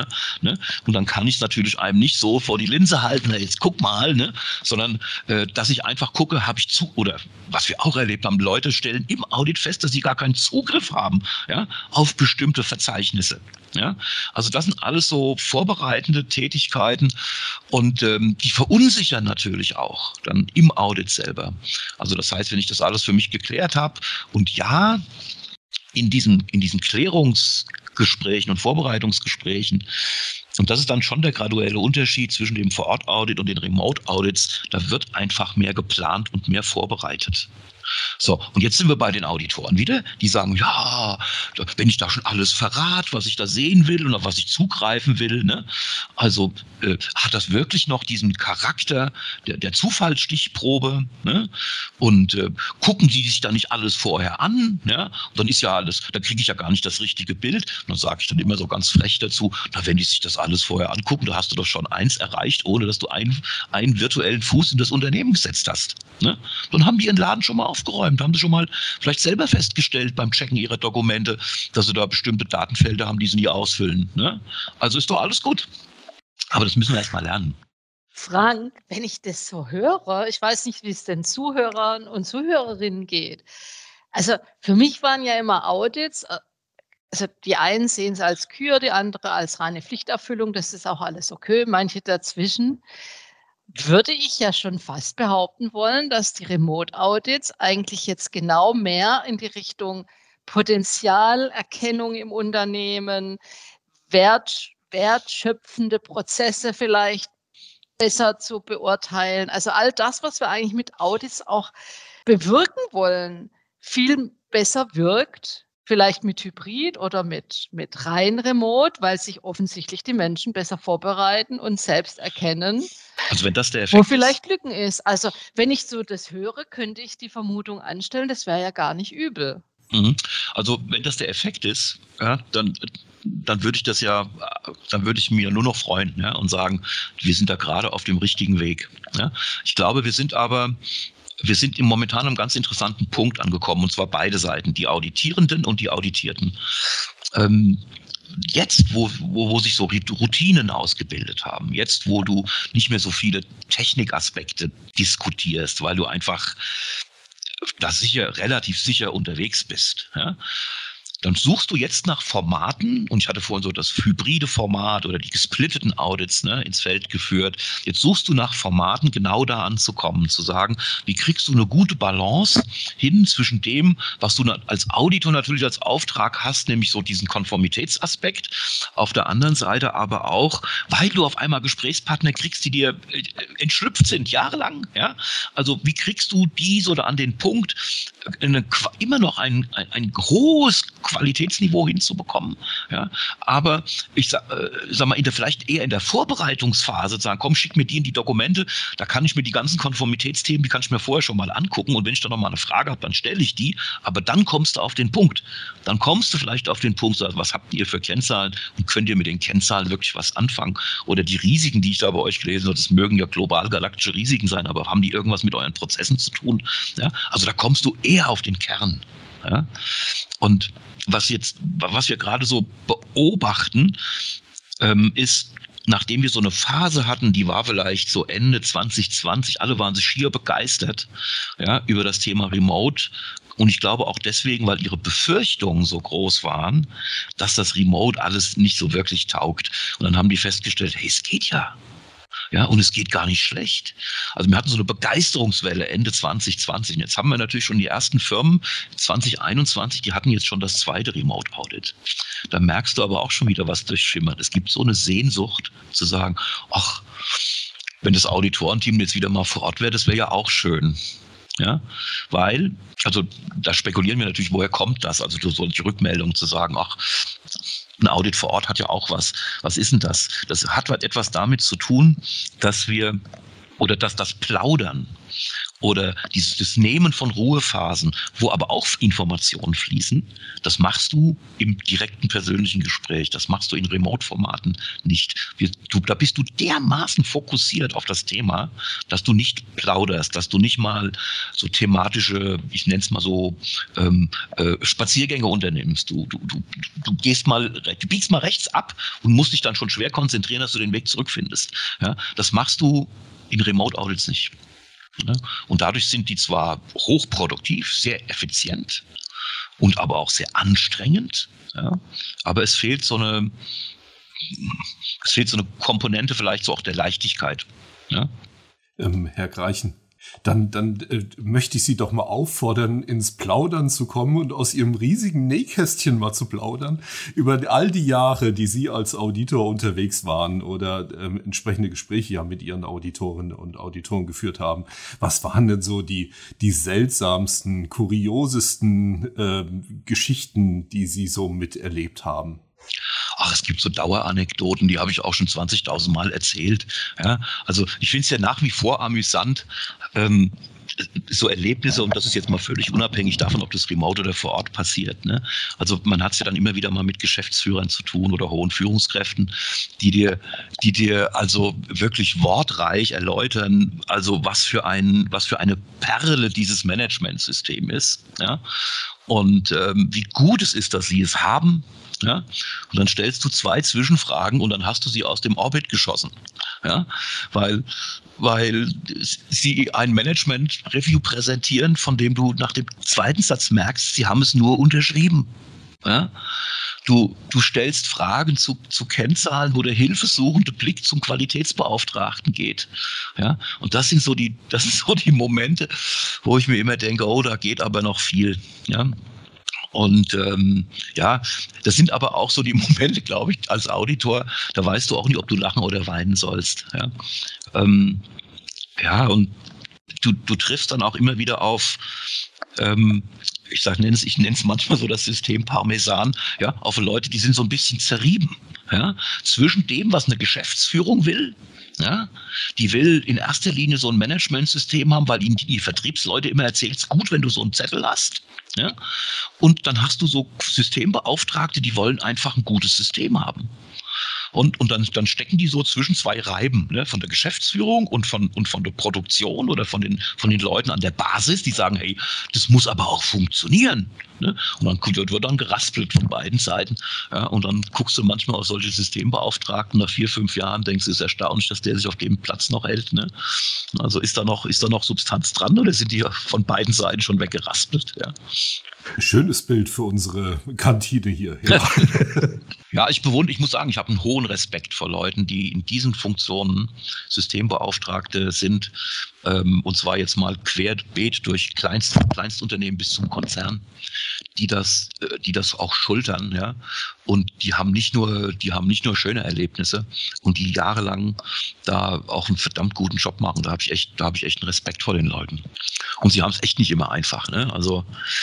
C: Ne? Und dann kann ich es natürlich einem nicht so vor die Linse halten, jetzt guck mal, ne? Sondern dass ich einfach gucke, oder was wir auch erlebt haben, Leute stellen im Audit fest, dass sie gar keinen Zugriff haben, ja, auf bestimmte Verzeichnisse. Ja? Also das sind alles so vorbereitende Tätigkeiten und die verunsichern natürlich auch dann im Audit selber. Also das heißt, wenn ich das alles für mich geklärt habe und ja, in diesen Klärungsgesprächen und Vorbereitungsgesprächen, und das ist dann schon der graduelle Unterschied zwischen dem Vor-Ort-Audit und den Remote-Audits, da wird einfach mehr geplant und mehr vorbereitet. So, und jetzt sind wir bei den Auditoren wieder, die sagen, ja, wenn ich da schon alles verrate, was ich da sehen will und auf was ich zugreifen will, ne? Also hat das wirklich noch diesen Charakter der Zufallsstichprobe, ne? Und gucken Sie sich da nicht alles vorher an, ja? Und dann ist ja alles, da kriege ich ja gar nicht das richtige Bild. Und dann sage ich dann immer so ganz frech dazu, na, wenn die sich das alles vorher angucken, da hast du doch schon eins erreicht, ohne dass du einen virtuellen Fuß in das Unternehmen gesetzt hast. Ne? Dann haben die ihren Laden schon mal aufgeräumt, haben sie schon mal vielleicht selber festgestellt beim Checken ihrer Dokumente, dass sie da bestimmte Datenfelder haben, die sie nie ausfüllen. Ne? Also ist doch alles gut. Aber das müssen wir erst mal lernen.
D: Frank, wenn ich das so höre, ich weiß nicht, wie es den Zuhörern und Zuhörerinnen geht. Also für mich waren ja immer Audits, also die einen sehen es als Kür, die andere als reine Pflichterfüllung, das ist auch alles okay, manche dazwischen. Würde ich ja schon fast behaupten wollen, dass die Remote-Audits eigentlich jetzt genau mehr in die Richtung Potenzialerkennung im Unternehmen, wertschöpfende Prozesse vielleicht besser zu beurteilen. Also all das, was wir eigentlich mit Audits auch bewirken wollen, viel besser wirkt, vielleicht mit Hybrid oder mit rein Remote, weil sich offensichtlich die Menschen besser vorbereiten und selbst erkennen,
C: also wenn das der Effekt
D: wo vielleicht Lücken ist. Also wenn ich so das höre, könnte ich die Vermutung anstellen, das wäre ja gar nicht übel.
C: Also wenn das der Effekt ist, ja, dann würde ich mir nur noch freuen, ja, und sagen, wir sind da gerade auf dem richtigen Weg. Ja. Ich glaube, wir sind im momentan einem ganz interessanten Punkt angekommen, und zwar beide Seiten, die Auditierenden und die Auditierten. Jetzt, wo sich so Routinen ausgebildet haben, jetzt, wo du nicht mehr so viele Technikaspekte diskutierst, weil du einfach relativ sicher unterwegs bist, ja, dann suchst du jetzt nach Formaten, und ich hatte vorhin so das hybride Format oder die gesplitteten Audits, ne, ins Feld geführt. Jetzt suchst du nach Formaten, genau da anzukommen, zu sagen, wie kriegst du eine gute Balance hin zwischen dem, was du als Auditor natürlich als Auftrag hast, nämlich so diesen Konformitätsaspekt, auf der anderen Seite aber auch, weil du auf einmal Gesprächspartner kriegst, die dir entschlüpft sind, jahrelang. Ja? Also wie kriegst du dies oder an den Punkt, immer noch ein hohes Qualitätsniveau hinzubekommen. Ja? Aber ich sag mal, vielleicht eher in der Vorbereitungsphase sagen, komm, schick mir die Dokumente, da kann ich mir die ganzen Konformitätsthemen, die kann ich mir vorher schon mal angucken, und wenn ich dann noch mal eine Frage habe, dann stelle ich die, aber dann kommst du auf den Punkt. Dann kommst du vielleicht auf den Punkt, sagst, was habt ihr für Kennzahlen und könnt ihr mit den Kennzahlen wirklich was anfangen? Oder die Risiken, die ich da bei euch gelesen habe, das mögen ja global galaktische Risiken sein, aber haben die irgendwas mit euren Prozessen zu tun? Ja? Also da kommst du eher auf den Kern. Ja? Und was wir gerade so beobachten, ist, nachdem wir so eine Phase hatten, die war vielleicht so Ende 2020, alle waren sich schier begeistert, ja, über das Thema Remote. Und ich glaube auch deswegen, weil ihre Befürchtungen so groß waren, dass das Remote alles nicht so wirklich taugt. Und dann haben die festgestellt, hey, es geht ja. Ja, und es geht gar nicht schlecht. Also wir hatten so eine Begeisterungswelle Ende 2020. Und jetzt haben wir natürlich schon die ersten Firmen 2021, die hatten jetzt schon das zweite Remote Audit. Da merkst du aber auch schon wieder, was durchschimmert. Es gibt so eine Sehnsucht zu sagen, ach, wenn das Auditorenteam jetzt wieder mal vor Ort wäre, das wäre ja auch schön. Ja, weil, also da spekulieren wir natürlich, woher kommt das? Also solche Rückmeldungen zu sagen, ach, ein Audit vor Ort hat ja auch was. Was ist denn das? Das hat etwas damit zu tun, dass das Plaudern oder das Nehmen von Ruhephasen, wo aber auch Informationen fließen, das machst du im direkten persönlichen Gespräch, das machst du in Remote-Formaten nicht. Da bist du dermaßen fokussiert auf das Thema, dass du nicht plauderst, dass du nicht mal so thematische, ich nenne es mal so, Spaziergänge unternimmst. Du biegst mal rechts ab und musst dich dann schon schwer konzentrieren, dass du den Weg zurückfindest. Ja, das machst du in Remote-Audits nicht. Ja, und dadurch sind die zwar hochproduktiv, sehr effizient und aber auch sehr anstrengend, ja, aber es fehlt so eine Komponente vielleicht so auch der Leichtigkeit. Ja.
B: Herr Greichen, dann möchte ich Sie doch mal auffordern, ins Plaudern zu kommen und aus Ihrem riesigen Nähkästchen mal zu plaudern über all die Jahre, die Sie als Auditor unterwegs waren oder entsprechende Gespräche ja mit Ihren Auditorinnen und Auditoren geführt haben. Was waren denn so die seltsamsten, kuriosesten Geschichten, die Sie so miterlebt haben?
C: Ach, es gibt so Daueranekdoten, die habe ich auch schon 20.000 Mal erzählt. Ja, also ich finde es ja nach wie vor amüsant, so Erlebnisse, und das ist jetzt mal völlig unabhängig davon, ob das remote oder vor Ort passiert. Ne? Also man hat es ja dann immer wieder mal mit Geschäftsführern zu tun oder hohen Führungskräften, die dir also wirklich wortreich erläutern, also was für eine Perle dieses Managementsystem ist. Ja? Und wie gut es ist, dass sie es haben. Ja? Und dann stellst du 2 Zwischenfragen und dann hast du sie aus dem Orbit geschossen. Ja? Weil sie ein Management-Review präsentieren, von dem du nach dem 2. Satz merkst, sie haben es nur unterschrieben. Ja? Du stellst Fragen zu Kennzahlen, wo der hilfesuchende Blick zum Qualitätsbeauftragten geht. Ja? Und das sind so die Momente, wo ich mir immer denke, oh, da geht aber noch viel. Ja? Und das sind aber auch so die Momente, glaube ich, als Auditor, da weißt du auch nicht, ob du lachen oder weinen sollst. Ja, und du triffst dann auch immer wieder auf, ich nenne es manchmal so das System Parmesan, ja, auf Leute, die sind so ein bisschen zerrieben, ja, zwischen dem, was eine Geschäftsführung will. Ja, die will in erster Linie so ein Managementsystem haben, weil ihnen die Vertriebsleute immer erzählen, es ist gut, wenn du so einen Zettel hast. Ja? Und dann hast du so Systembeauftragte, die wollen einfach ein gutes System haben. Und dann stecken die so zwischen 2 Reiben, ne, von der Geschäftsführung und von der Produktion oder von den Leuten an der Basis, die sagen, hey, das muss aber auch funktionieren. Ne? Und dann wird dann geraspelt von beiden Seiten. Ja, und dann guckst du manchmal auf solche Systembeauftragten nach 4-5 Jahren, denkst du, ist erstaunlich, dass der sich auf dem Platz noch hält. Ne? Also ist da noch Substanz dran oder sind die von beiden Seiten schon weggeraspelt? Ja?
B: Schönes Bild für unsere Kantine hier. Ja.
C: Ja, ich muss sagen, ich habe einen hohen Respekt vor Leuten, die in diesen Funktionen Systembeauftragte sind, und zwar jetzt mal querbeet durch Kleinstunternehmen bis zum Konzern, die das auch schultern, ja, und die haben nicht nur schöne Erlebnisse und die jahrelang da auch einen verdammt guten Job machen. Da habe ich echt einen Respekt vor den Leuten. Und sie haben es echt nicht immer einfach, ne? Also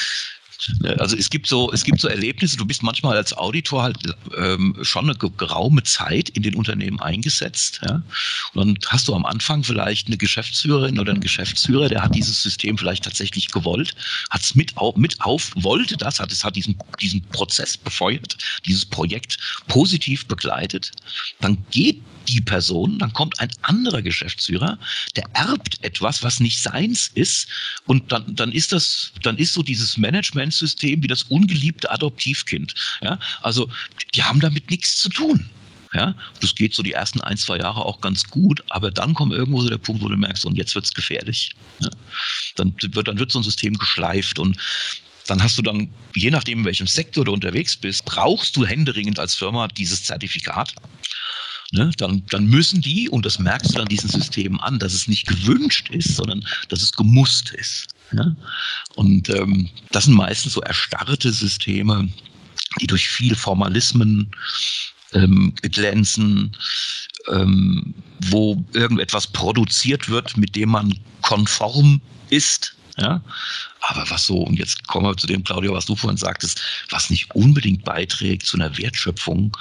C: es gibt so Erlebnisse, du bist manchmal als Auditor halt schon eine geraume Zeit in den Unternehmen eingesetzt. Ja? Und dann hast du am Anfang vielleicht eine Geschäftsführerin oder einen Geschäftsführer, der hat dieses System vielleicht tatsächlich gewollt, hat es wollte das, hat diesen Prozess befeuert, dieses Projekt positiv begleitet. Dann geht die Person, dann kommt ein anderer Geschäftsführer, der erbt etwas, was nicht seins ist, und dann ist so dieses Managementsystem wie das ungeliebte Adoptivkind. Ja? Also die haben damit nichts zu tun. Ja? Das geht so die ersten 1-2 Jahre auch ganz gut, aber dann kommt irgendwo so der Punkt, wo du merkst, und jetzt wird's gefährlich. Ja? Dann wird so ein System geschleift, und dann hast du dann, je nachdem in welchem Sektor du unterwegs bist, brauchst du händeringend als Firma dieses Zertifikat. Ne, dann müssen die, und das merkst du dann diesen Systemen an, dass es nicht gewünscht ist, sondern dass es gemusst ist. Ja? Und das sind meistens so erstarrte Systeme, die durch viel Formalismen glänzen, wo irgendetwas produziert wird, mit dem man konform ist. Ja? Aber was so, und jetzt kommen wir zu dem, Claudia, was du vorhin sagtest, was nicht unbedingt beiträgt zu einer Wertschöpfung,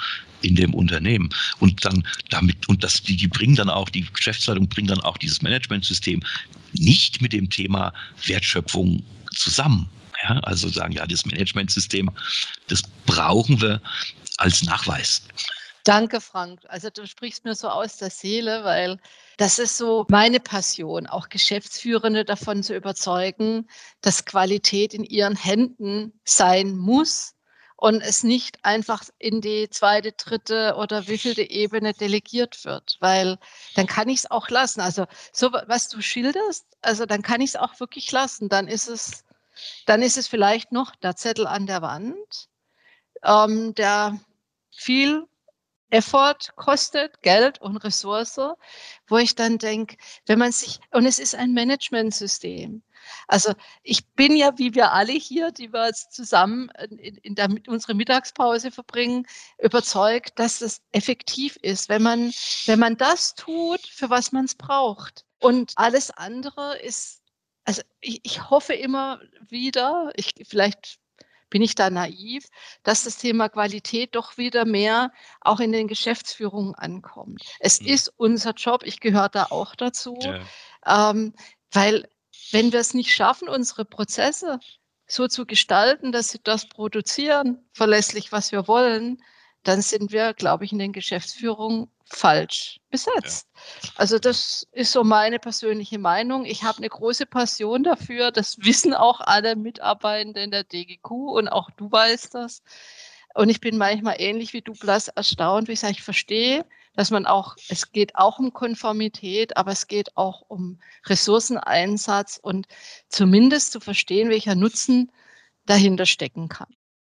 C: in dem Unternehmen. Und dann die bringen dann auch, die Geschäftsleitung bringt dann auch dieses Managementsystem nicht mit dem Thema Wertschöpfung zusammen. Ja, also sagen, ja, das Managementsystem, das brauchen wir als Nachweis.
D: Danke, Frank. Also du sprichst mir so aus der Seele, weil das ist so meine Passion, auch Geschäftsführende davon zu überzeugen, dass Qualität in ihren Händen sein muss und es nicht einfach in die zweite, dritte oder wievielte Ebene delegiert wird, weil dann kann ich es auch lassen. Also so, was du schilderst, also dann kann ich es auch wirklich lassen. Dann ist es vielleicht noch der Zettel an der Wand, der viel Effort kostet, Geld und Ressource, wo ich dann denke, und es ist ein Managementsystem. Also ich bin ja, wie wir alle hier, die wir jetzt zusammen unsere Mittagspause verbringen, überzeugt, dass das effektiv ist, wenn man das tut, für was man es braucht. Und alles andere ist, also ich hoffe immer wieder, vielleicht bin ich da naiv, dass das Thema Qualität doch wieder mehr auch in den Geschäftsführungen ankommt. Es ist unser Job, ich gehöre da auch dazu, weil wenn wir es nicht schaffen, unsere Prozesse so zu gestalten, dass sie das produzieren, verlässlich, was wir wollen, dann sind wir, glaube ich, in den Geschäftsführungen falsch besetzt. Ja. Also das ist so meine persönliche Meinung. Ich habe eine große Passion dafür. Das wissen auch alle Mitarbeitenden der DGQ und auch du weißt das. Und ich bin manchmal ähnlich wie du, blass erstaunt, wie ich sage, ich verstehe, dass es geht auch um Konformität, aber es geht auch um Ressourceneinsatz und zumindest zu verstehen, welcher Nutzen dahinter stecken kann.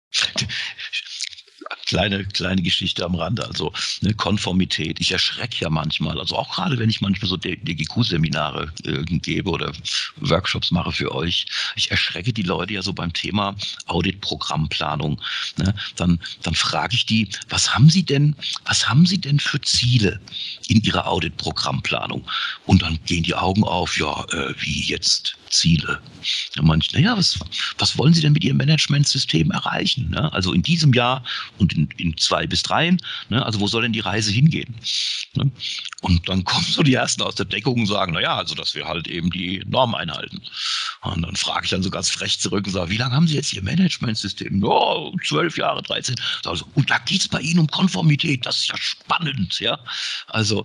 C: Kleine Geschichte am Rande, also eine Konformität. Ich erschrecke ja manchmal, also auch gerade wenn ich manchmal so DGQ-Seminare gebe oder Workshops mache für euch, ich erschrecke die Leute ja so beim Thema Audit-Programmplanung. Ne? Dann frage ich die, was haben Sie denn für Ziele in Ihrer Audit-Programmplanung? Und dann gehen die Augen auf, wie jetzt Ziele? Dann meine ich, was wollen Sie denn mit Ihrem Managementsystem erreichen? Ne? Also in diesem Jahr und in 2 bis 3, ne? Also wo soll denn die Reise hingehen? Ne? Und dann kommen so die Ersten aus der Deckung und sagen, also dass wir halt eben die Normen einhalten. Und dann frage ich dann so ganz frech zurück und sage, wie lange haben Sie jetzt Ihr Managementsystem? 12 Jahre, 13. Also, und da geht es bei Ihnen um Konformität, das ist ja spannend, ja. Also,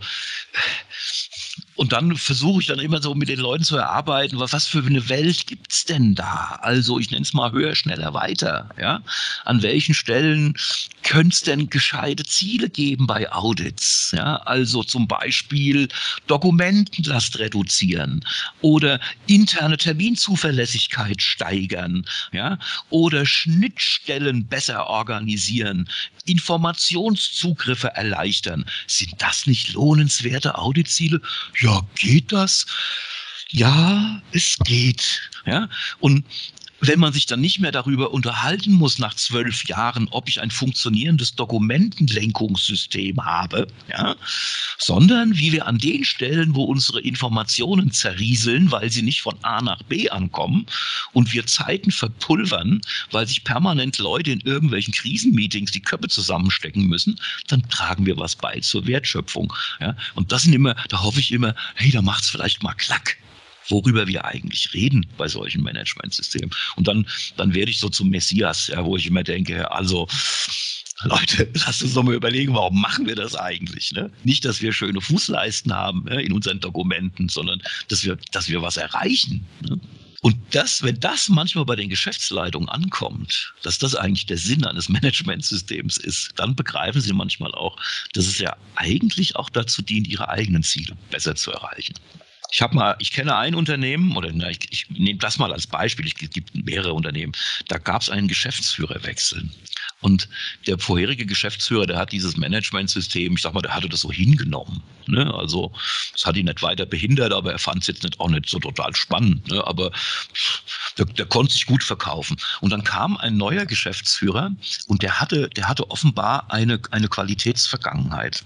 C: und dann versuche ich dann immer so mit den Leuten zu erarbeiten, was für eine Welt gibt es denn da? Also ich nenne es mal höher, schneller, weiter. Ja? An welchen Stellen könnte es denn gescheite Ziele geben bei Audits? Ja? Also zum Beispiel Dokumentenlast reduzieren oder interne Terminzuverlässigkeit steigern, ja? Oder Schnittstellen besser organisieren, Informationszugriffe erleichtern. Sind das nicht lohnenswerte Auditziele? Ja, geht das? Ja, es geht. Ja? Und wenn man sich dann nicht mehr darüber unterhalten muss nach 12 Jahren, ob ich ein funktionierendes Dokumentenlenkungssystem habe, ja, sondern wie wir an den Stellen, wo unsere Informationen zerrieseln, weil sie nicht von A nach B ankommen und wir Zeiten verpulvern, weil sich permanent Leute in irgendwelchen Krisenmeetings die Köpfe zusammenstecken müssen, dann tragen wir was bei zur Wertschöpfung. Ja. Und das sind immer, da hoffe ich immer, hey, da macht's vielleicht mal Klack, worüber wir eigentlich reden bei solchen Managementsystemen. Und dann werde ich so zum Messias, ja, wo ich immer denke, also Leute, lasst uns doch mal überlegen, warum machen wir das eigentlich? Ne? Nicht, dass wir schöne Fußleisten haben in unseren Dokumenten, sondern dass wir was erreichen. Ne? Und wenn das manchmal bei den Geschäftsleitungen ankommt, dass das eigentlich der Sinn eines Managementsystems ist, dann begreifen sie manchmal auch, dass es ja eigentlich auch dazu dient, ihre eigenen Ziele besser zu erreichen. Ich kenne ein Unternehmen, ich nehme das mal als Beispiel, es gibt mehrere Unternehmen, da gab es einen Geschäftsführerwechsel. Und der vorherige Geschäftsführer, der hat dieses Managementsystem, ich sag mal, der hatte das so hingenommen. Ne? Also es hat ihn nicht weiter behindert, aber er fand es jetzt auch nicht so total spannend. Ne? Aber der konnte sich gut verkaufen. Und dann kam ein neuer Geschäftsführer und der hatte offenbar eine Qualitätsvergangenheit.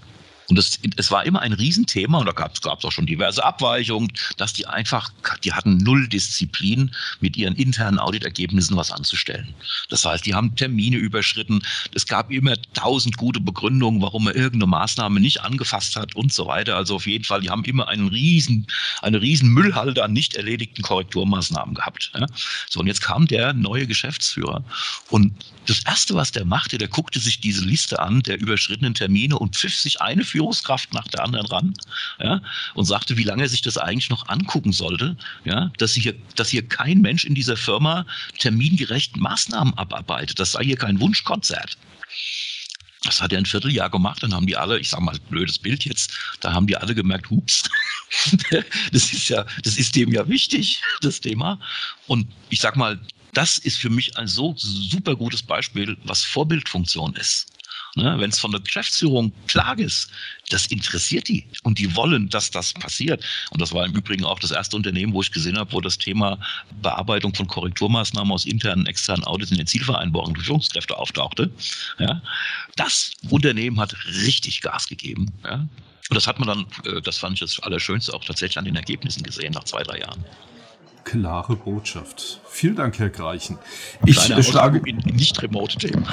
C: Und es war immer ein Riesenthema und da gab es auch schon diverse Abweichungen, dass die hatten null Disziplin, mit ihren internen Auditergebnissen was anzustellen. Das heißt, die haben Termine überschritten. Es gab immer 1000 gute Begründungen, warum man irgendeine Maßnahme nicht angefasst hat und so weiter. Also auf jeden Fall, die haben immer eine riesen Müllhalde an nicht erledigten Korrekturmaßnahmen gehabt. Ja. So, und jetzt kam der neue Geschäftsführer und das Erste, was der machte, der guckte sich diese Liste an der überschrittenen Termine und pfiff sich eine Führungskraft nach der anderen ran, ja, und sagte, wie lange er sich das eigentlich noch angucken sollte, ja, dass hier kein Mensch in dieser Firma termingerecht Maßnahmen abarbeitet. Das sei hier kein Wunschkonzert. Das hat er ein Vierteljahr gemacht, dann haben die alle, ich sage mal, blödes Bild jetzt, da haben die alle gemerkt, hups, das ist dem ja wichtig, das Thema. Und ich sag mal, das ist für mich ein so super gutes Beispiel, was Vorbildfunktion ist. Ne, wenn es von der Geschäftsführung klar ist, das interessiert die und die wollen, dass das passiert. Und das war im Übrigen auch das erste Unternehmen, wo ich gesehen habe, wo das Thema Bearbeitung von Korrekturmaßnahmen aus internen und externen Audits in den Zielvereinbarungen durch Führungskräfte auftauchte. Ja, das Unternehmen hat richtig Gas gegeben. Ja. Und das hat man dann, das fand ich das Allerschönste, auch tatsächlich an den Ergebnissen gesehen nach 2-3 Jahren.
B: Klare Botschaft. Vielen Dank, Herr Greichen. Ich schlage
C: in Nicht-Remote-Themen.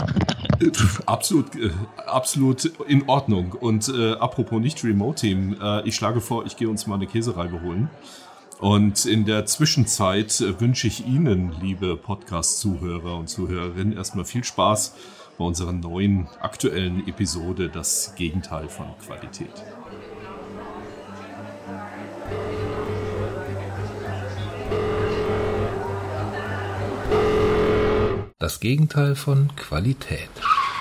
B: Absolut in Ordnung. Und apropos Nicht-Remote-Themen, ich schlage vor, ich gehe uns mal eine Käsereibe holen. Und in der Zwischenzeit wünsche ich Ihnen, liebe Podcast-Zuhörer und Zuhörerinnen, erstmal viel Spaß bei unserer neuen, aktuellen Episode Das Gegenteil von Qualität.
E: Das Gegenteil von Qualität.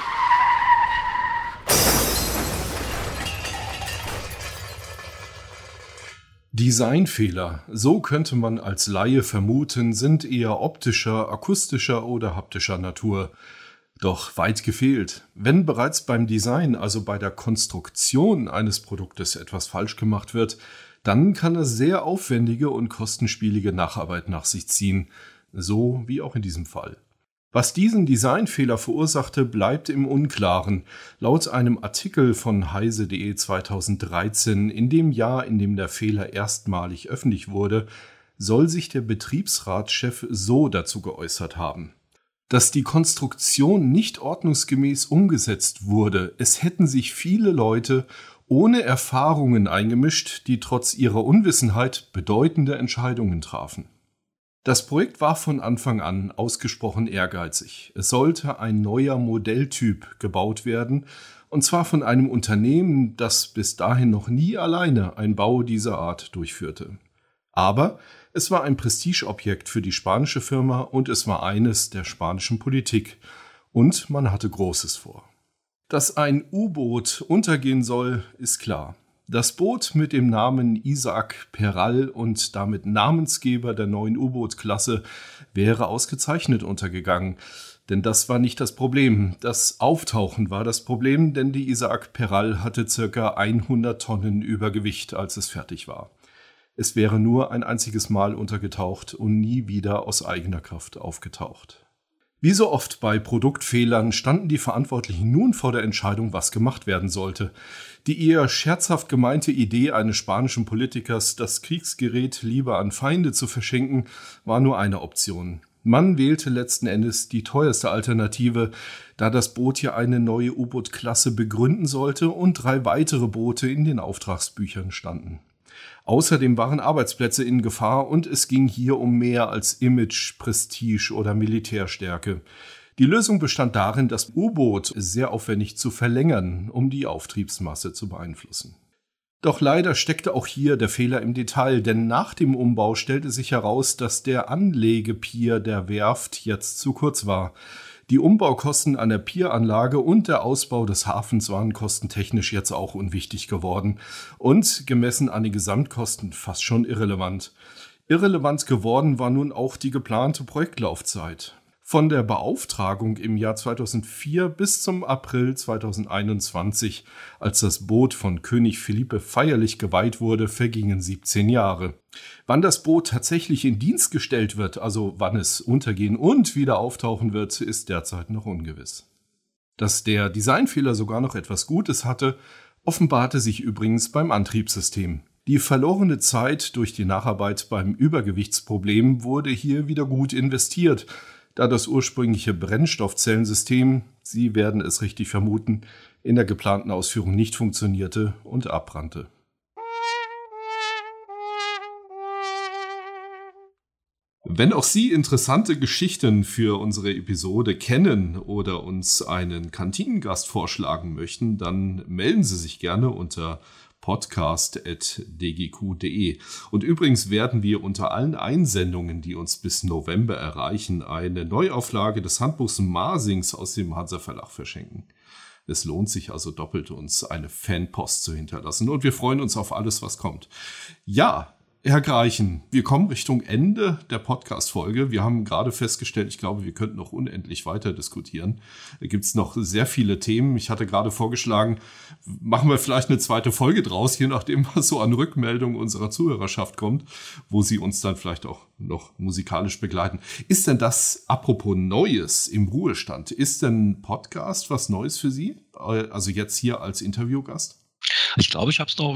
B: Designfehler, so könnte man als Laie vermuten, sind eher optischer, akustischer oder haptischer Natur. Doch weit gefehlt. Wenn bereits beim Design, also bei der Konstruktion eines Produktes etwas falsch gemacht wird, dann kann es sehr aufwendige und kostenspielige Nacharbeit nach sich ziehen. So wie auch in diesem Fall. Was diesen Designfehler verursachte, bleibt im Unklaren. Laut einem Artikel von heise.de 2013, in dem Jahr, in dem der Fehler erstmalig öffentlich wurde, soll sich der Betriebsratschef so dazu geäußert haben. Dass die Konstruktion nicht ordnungsgemäß umgesetzt wurde, es hätten sich viele Leute ohne Erfahrungen eingemischt, die trotz ihrer Unwissenheit bedeutende Entscheidungen trafen. Das Projekt war von Anfang an ausgesprochen ehrgeizig. Es sollte ein neuer Modelltyp gebaut werden, und zwar von einem Unternehmen, das bis dahin noch nie alleine einen Bau dieser Art durchführte. Aber es war ein Prestigeobjekt für die spanische Firma und es war eines der spanischen Politik. Und man hatte Großes vor. Dass ein U-Boot untergehen soll, ist klar. Das Boot mit dem Namen Isaac Peral und damit Namensgeber der neuen U-Boot-Klasse wäre ausgezeichnet untergegangen. Denn das war nicht das Problem. Das Auftauchen war das Problem, denn die Isaac Peral hatte ca. 100 Tonnen Übergewicht, als es fertig war. Es wäre nur ein einziges Mal untergetaucht und nie wieder aus eigener Kraft aufgetaucht. Wie so oft bei Produktfehlern standen die Verantwortlichen nun vor der Entscheidung, was gemacht werden sollte. Die eher scherzhaft gemeinte Idee eines spanischen Politikers, das Kriegsgerät lieber an Feinde zu verschenken, war nur eine Option. Man wählte letzten Endes die teuerste Alternative, da das Boot ja eine neue U-Boot-Klasse begründen sollte und 3 weitere Boote in den Auftragsbüchern standen. Außerdem waren Arbeitsplätze in Gefahr und es ging hier um mehr als Image, Prestige oder Militärstärke. Die Lösung bestand darin, das U-Boot sehr aufwendig zu verlängern, um die Auftriebsmasse zu beeinflussen. Doch leider steckte auch hier der Fehler im Detail, denn nach dem Umbau stellte sich heraus, dass der Anlegepier der Werft jetzt zu kurz war. Die Umbaukosten an der Pieranlage und der Ausbau des Hafens waren kostentechnisch jetzt auch unwichtig geworden und gemessen an den Gesamtkosten fast schon irrelevant. Irrelevant geworden war nun auch die geplante Projektlaufzeit. Von der Beauftragung im Jahr 2004 bis zum April 2021, als das Boot von König Philippe feierlich geweiht wurde, vergingen 17 Jahre. Wann das Boot tatsächlich in Dienst gestellt wird, also wann es untergehen und wieder auftauchen wird, ist derzeit noch ungewiss. Dass der Designfehler sogar noch etwas Gutes hatte, offenbarte sich übrigens beim Antriebssystem. Die verlorene Zeit durch die Nacharbeit beim Übergewichtsproblem wurde hier wieder gut investiert, da das ursprüngliche Brennstoffzellensystem, Sie werden es richtig vermuten, in der geplanten Ausführung nicht funktionierte und abbrannte. Wenn auch Sie interessante Geschichten für unsere Episode kennen oder uns einen Kantinengast vorschlagen möchten, dann melden Sie sich gerne unter podcast@dgq.de. Und übrigens werden wir unter allen Einsendungen, die uns bis November erreichen, eine Neuauflage des Handbuchs Marsings aus dem Hansa Verlag verschenken. Es lohnt sich also doppelt, uns eine Fanpost zu hinterlassen. Und wir freuen uns auf alles, was kommt. Ja, Herr Greichen, wir kommen Richtung Ende der Podcast-Folge. Wir haben gerade festgestellt, ich glaube, wir könnten noch unendlich weiter diskutieren. Da gibt es noch sehr viele Themen. Ich hatte gerade vorgeschlagen, machen wir vielleicht eine zweite Folge draus, je nachdem, was so an Rückmeldungen unserer Zuhörerschaft kommt, wo Sie uns dann vielleicht auch noch musikalisch begleiten. Ist denn das, apropos Neues im Ruhestand, ist denn Podcast was Neues für Sie? Also jetzt hier als Interviewgast?
C: Ich glaube, es ist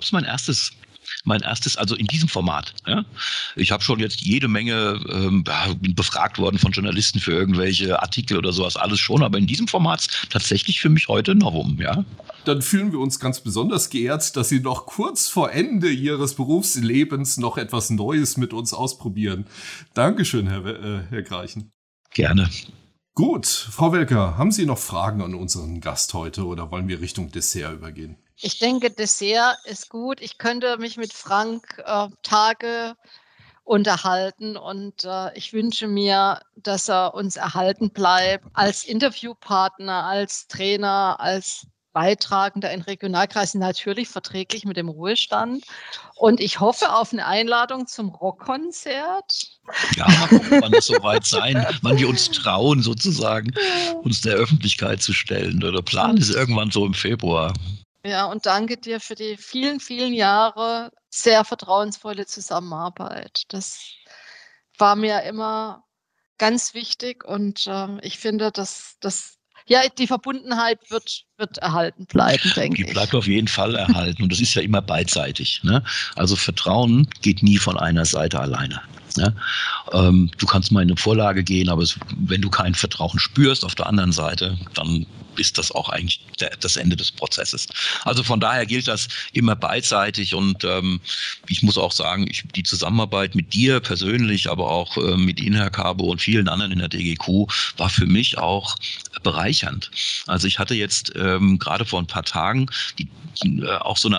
C: mein erstes, also in diesem Format. Ja? Ich habe schon jetzt jede Menge befragt worden von Journalisten für irgendwelche Artikel oder sowas, alles schon, aber in diesem Format tatsächlich für mich heute Novum, ja.
B: Dann fühlen wir uns ganz besonders geehrt, dass Sie noch kurz vor Ende Ihres Berufslebens noch etwas Neues mit uns ausprobieren. Dankeschön, Herr Greichen.
C: Gerne.
B: Gut, Frau Welker, haben Sie noch Fragen an unseren Gast heute oder wollen wir Richtung Dessert übergehen?
D: Ich denke, Dessert ist gut. Ich könnte mich mit Frank Tage unterhalten und ich wünsche mir, dass er uns erhalten bleibt als Interviewpartner, als Trainer, als Beitragender in Regionalkreisen, natürlich verträglich mit dem Ruhestand. Und ich hoffe auf eine Einladung zum Rockkonzert.
C: Ja, mal gucken, wann es soweit sein, wann wir uns trauen, sozusagen, uns der Öffentlichkeit zu stellen. Der Plan ist irgendwann so im Februar.
D: Ja, und danke dir für die vielen, vielen Jahre sehr vertrauensvolle Zusammenarbeit. Das war mir immer ganz wichtig und ich finde, dass die Verbundenheit wird erhalten bleiben, denke ich.
C: Die bleibt auf jeden Fall erhalten und das ist ja immer beidseitig. Ne? Also Vertrauen geht nie von einer Seite alleine. Ne? Du kannst mal in eine Vorlage gehen, aber wenn du kein Vertrauen spürst auf der anderen Seite, dann ist das auch eigentlich das Ende des Prozesses. Also von daher gilt das immer beidseitig und ich muss auch sagen, die Zusammenarbeit mit dir persönlich, aber auch mit Ihnen, Herr Cabo, und vielen anderen in der DGQ war für mich auch bereichernd. Also ich hatte jetzt gerade vor ein paar Tagen auch so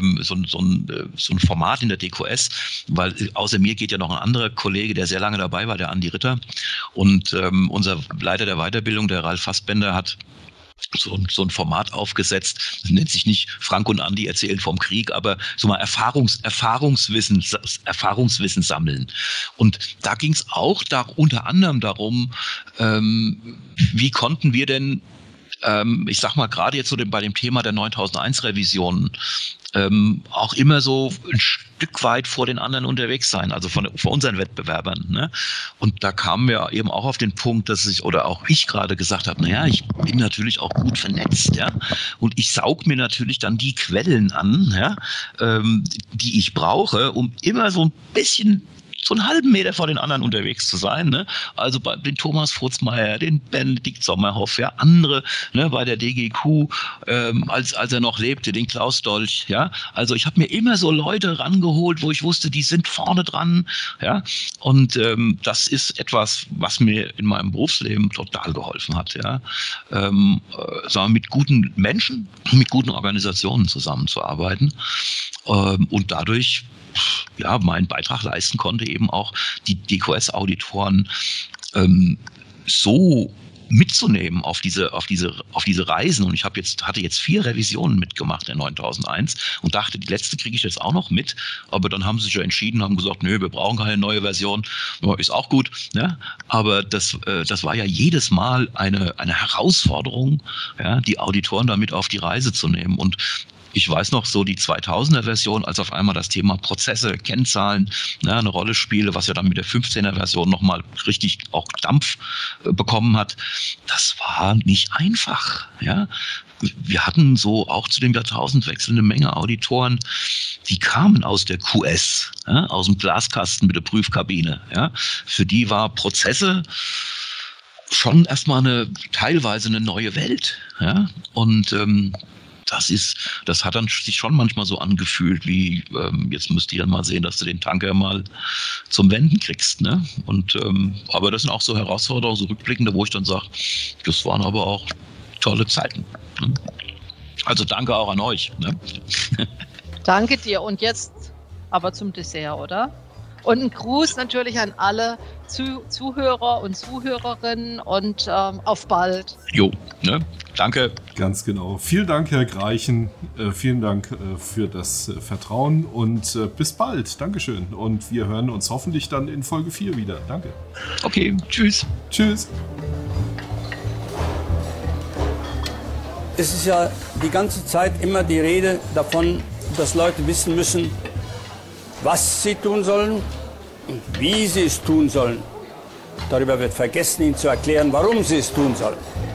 C: ein Format in der DQS, weil außer mir geht ja noch ein anderer Kollege, der sehr lange dabei war, der Andi Ritter, und unser Leiter der Weiterbildung, der Ralf Fassbender, hat so ein Format aufgesetzt, das nennt sich nicht Frank und Andi erzählen vom Krieg, aber so mal Erfahrungswissen sammeln. Und da ging es auch unter anderem darum, wie konnten wir denn, ich sag mal gerade jetzt so bei dem Thema der 9001-Revisionen, auch immer so ein Stück weit vor den anderen unterwegs sein, also vor unseren Wettbewerbern. Ne? Und da kamen wir eben auch auf den Punkt, dass ich gerade gesagt habe, naja, ich bin natürlich auch gut vernetzt, ja, und ich saug mir natürlich dann die Quellen an, ja, die ich brauche, um immer so ein bisschen so einen halben Meter vor den anderen unterwegs zu sein. Ne? Also bei den Thomas Furzmeier, den Benedikt Sommerhoff, ja, andere, ne, bei der DGQ, als er noch lebte, den Klaus Dolch. Ja? Also ich habe mir immer so Leute rangeholt, wo ich wusste, die sind vorne dran. Ja? Und das ist etwas, was mir in meinem Berufsleben total geholfen hat. Ja? Sagen wir, mit guten Menschen, mit guten Organisationen zusammenzuarbeiten und dadurch meinen Beitrag leisten konnte, eben auch die DQS-Auditoren so mitzunehmen auf diese Reisen. Und ich hatte jetzt 4 Revisionen mitgemacht der 9001 und dachte, die letzte kriege ich jetzt auch noch mit. Aber dann haben sie sich ja entschieden, haben gesagt, nö, wir brauchen keine neue Version. Ja, ist auch gut. Ja? Aber das war ja jedes Mal eine Herausforderung, ja, die Auditoren damit auf die Reise zu nehmen. Und ich weiß noch, so die 2000er-Version, als auf einmal das Thema Prozesse, Kennzahlen eine Rolle spiele, was ja dann mit der 15er-Version nochmal richtig auch Dampf bekommen hat. Das war nicht einfach. Ja? wir hatten so auch zu dem Jahrtausendwechsel eine Menge Auditoren, die kamen aus der QS, ja, aus dem Glaskasten mit der Prüfkabine. Ja. Für die war Prozesse schon erstmal teilweise eine neue Welt. Ja. Und das hat dann sich schon manchmal so angefühlt, wie jetzt müsst ihr dann mal sehen, dass du den Tanker mal zum Wenden kriegst. Ne? Und aber das sind auch so Herausforderungen, so Rückblickende, wo ich dann sage, das waren aber auch tolle Zeiten. Ne? Also danke auch an euch. Ne?
D: Danke dir. Und jetzt aber zum Dessert, oder? Und ein Gruß natürlich an alle Zuhörer und Zuhörerinnen und auf bald.
C: Jo, ne? Danke.
B: Ganz genau. Vielen Dank, Herr Greichen. Vielen Dank für das Vertrauen und bis bald. Dankeschön. Und wir hören uns hoffentlich dann in Folge 4 wieder. Danke.
C: Okay, tschüss.
B: Tschüss.
A: Es ist ja die ganze Zeit immer die Rede davon, dass Leute wissen müssen, was sie tun sollen und wie sie es tun sollen. Darüber wird vergessen, ihnen zu erklären, warum sie es tun sollen.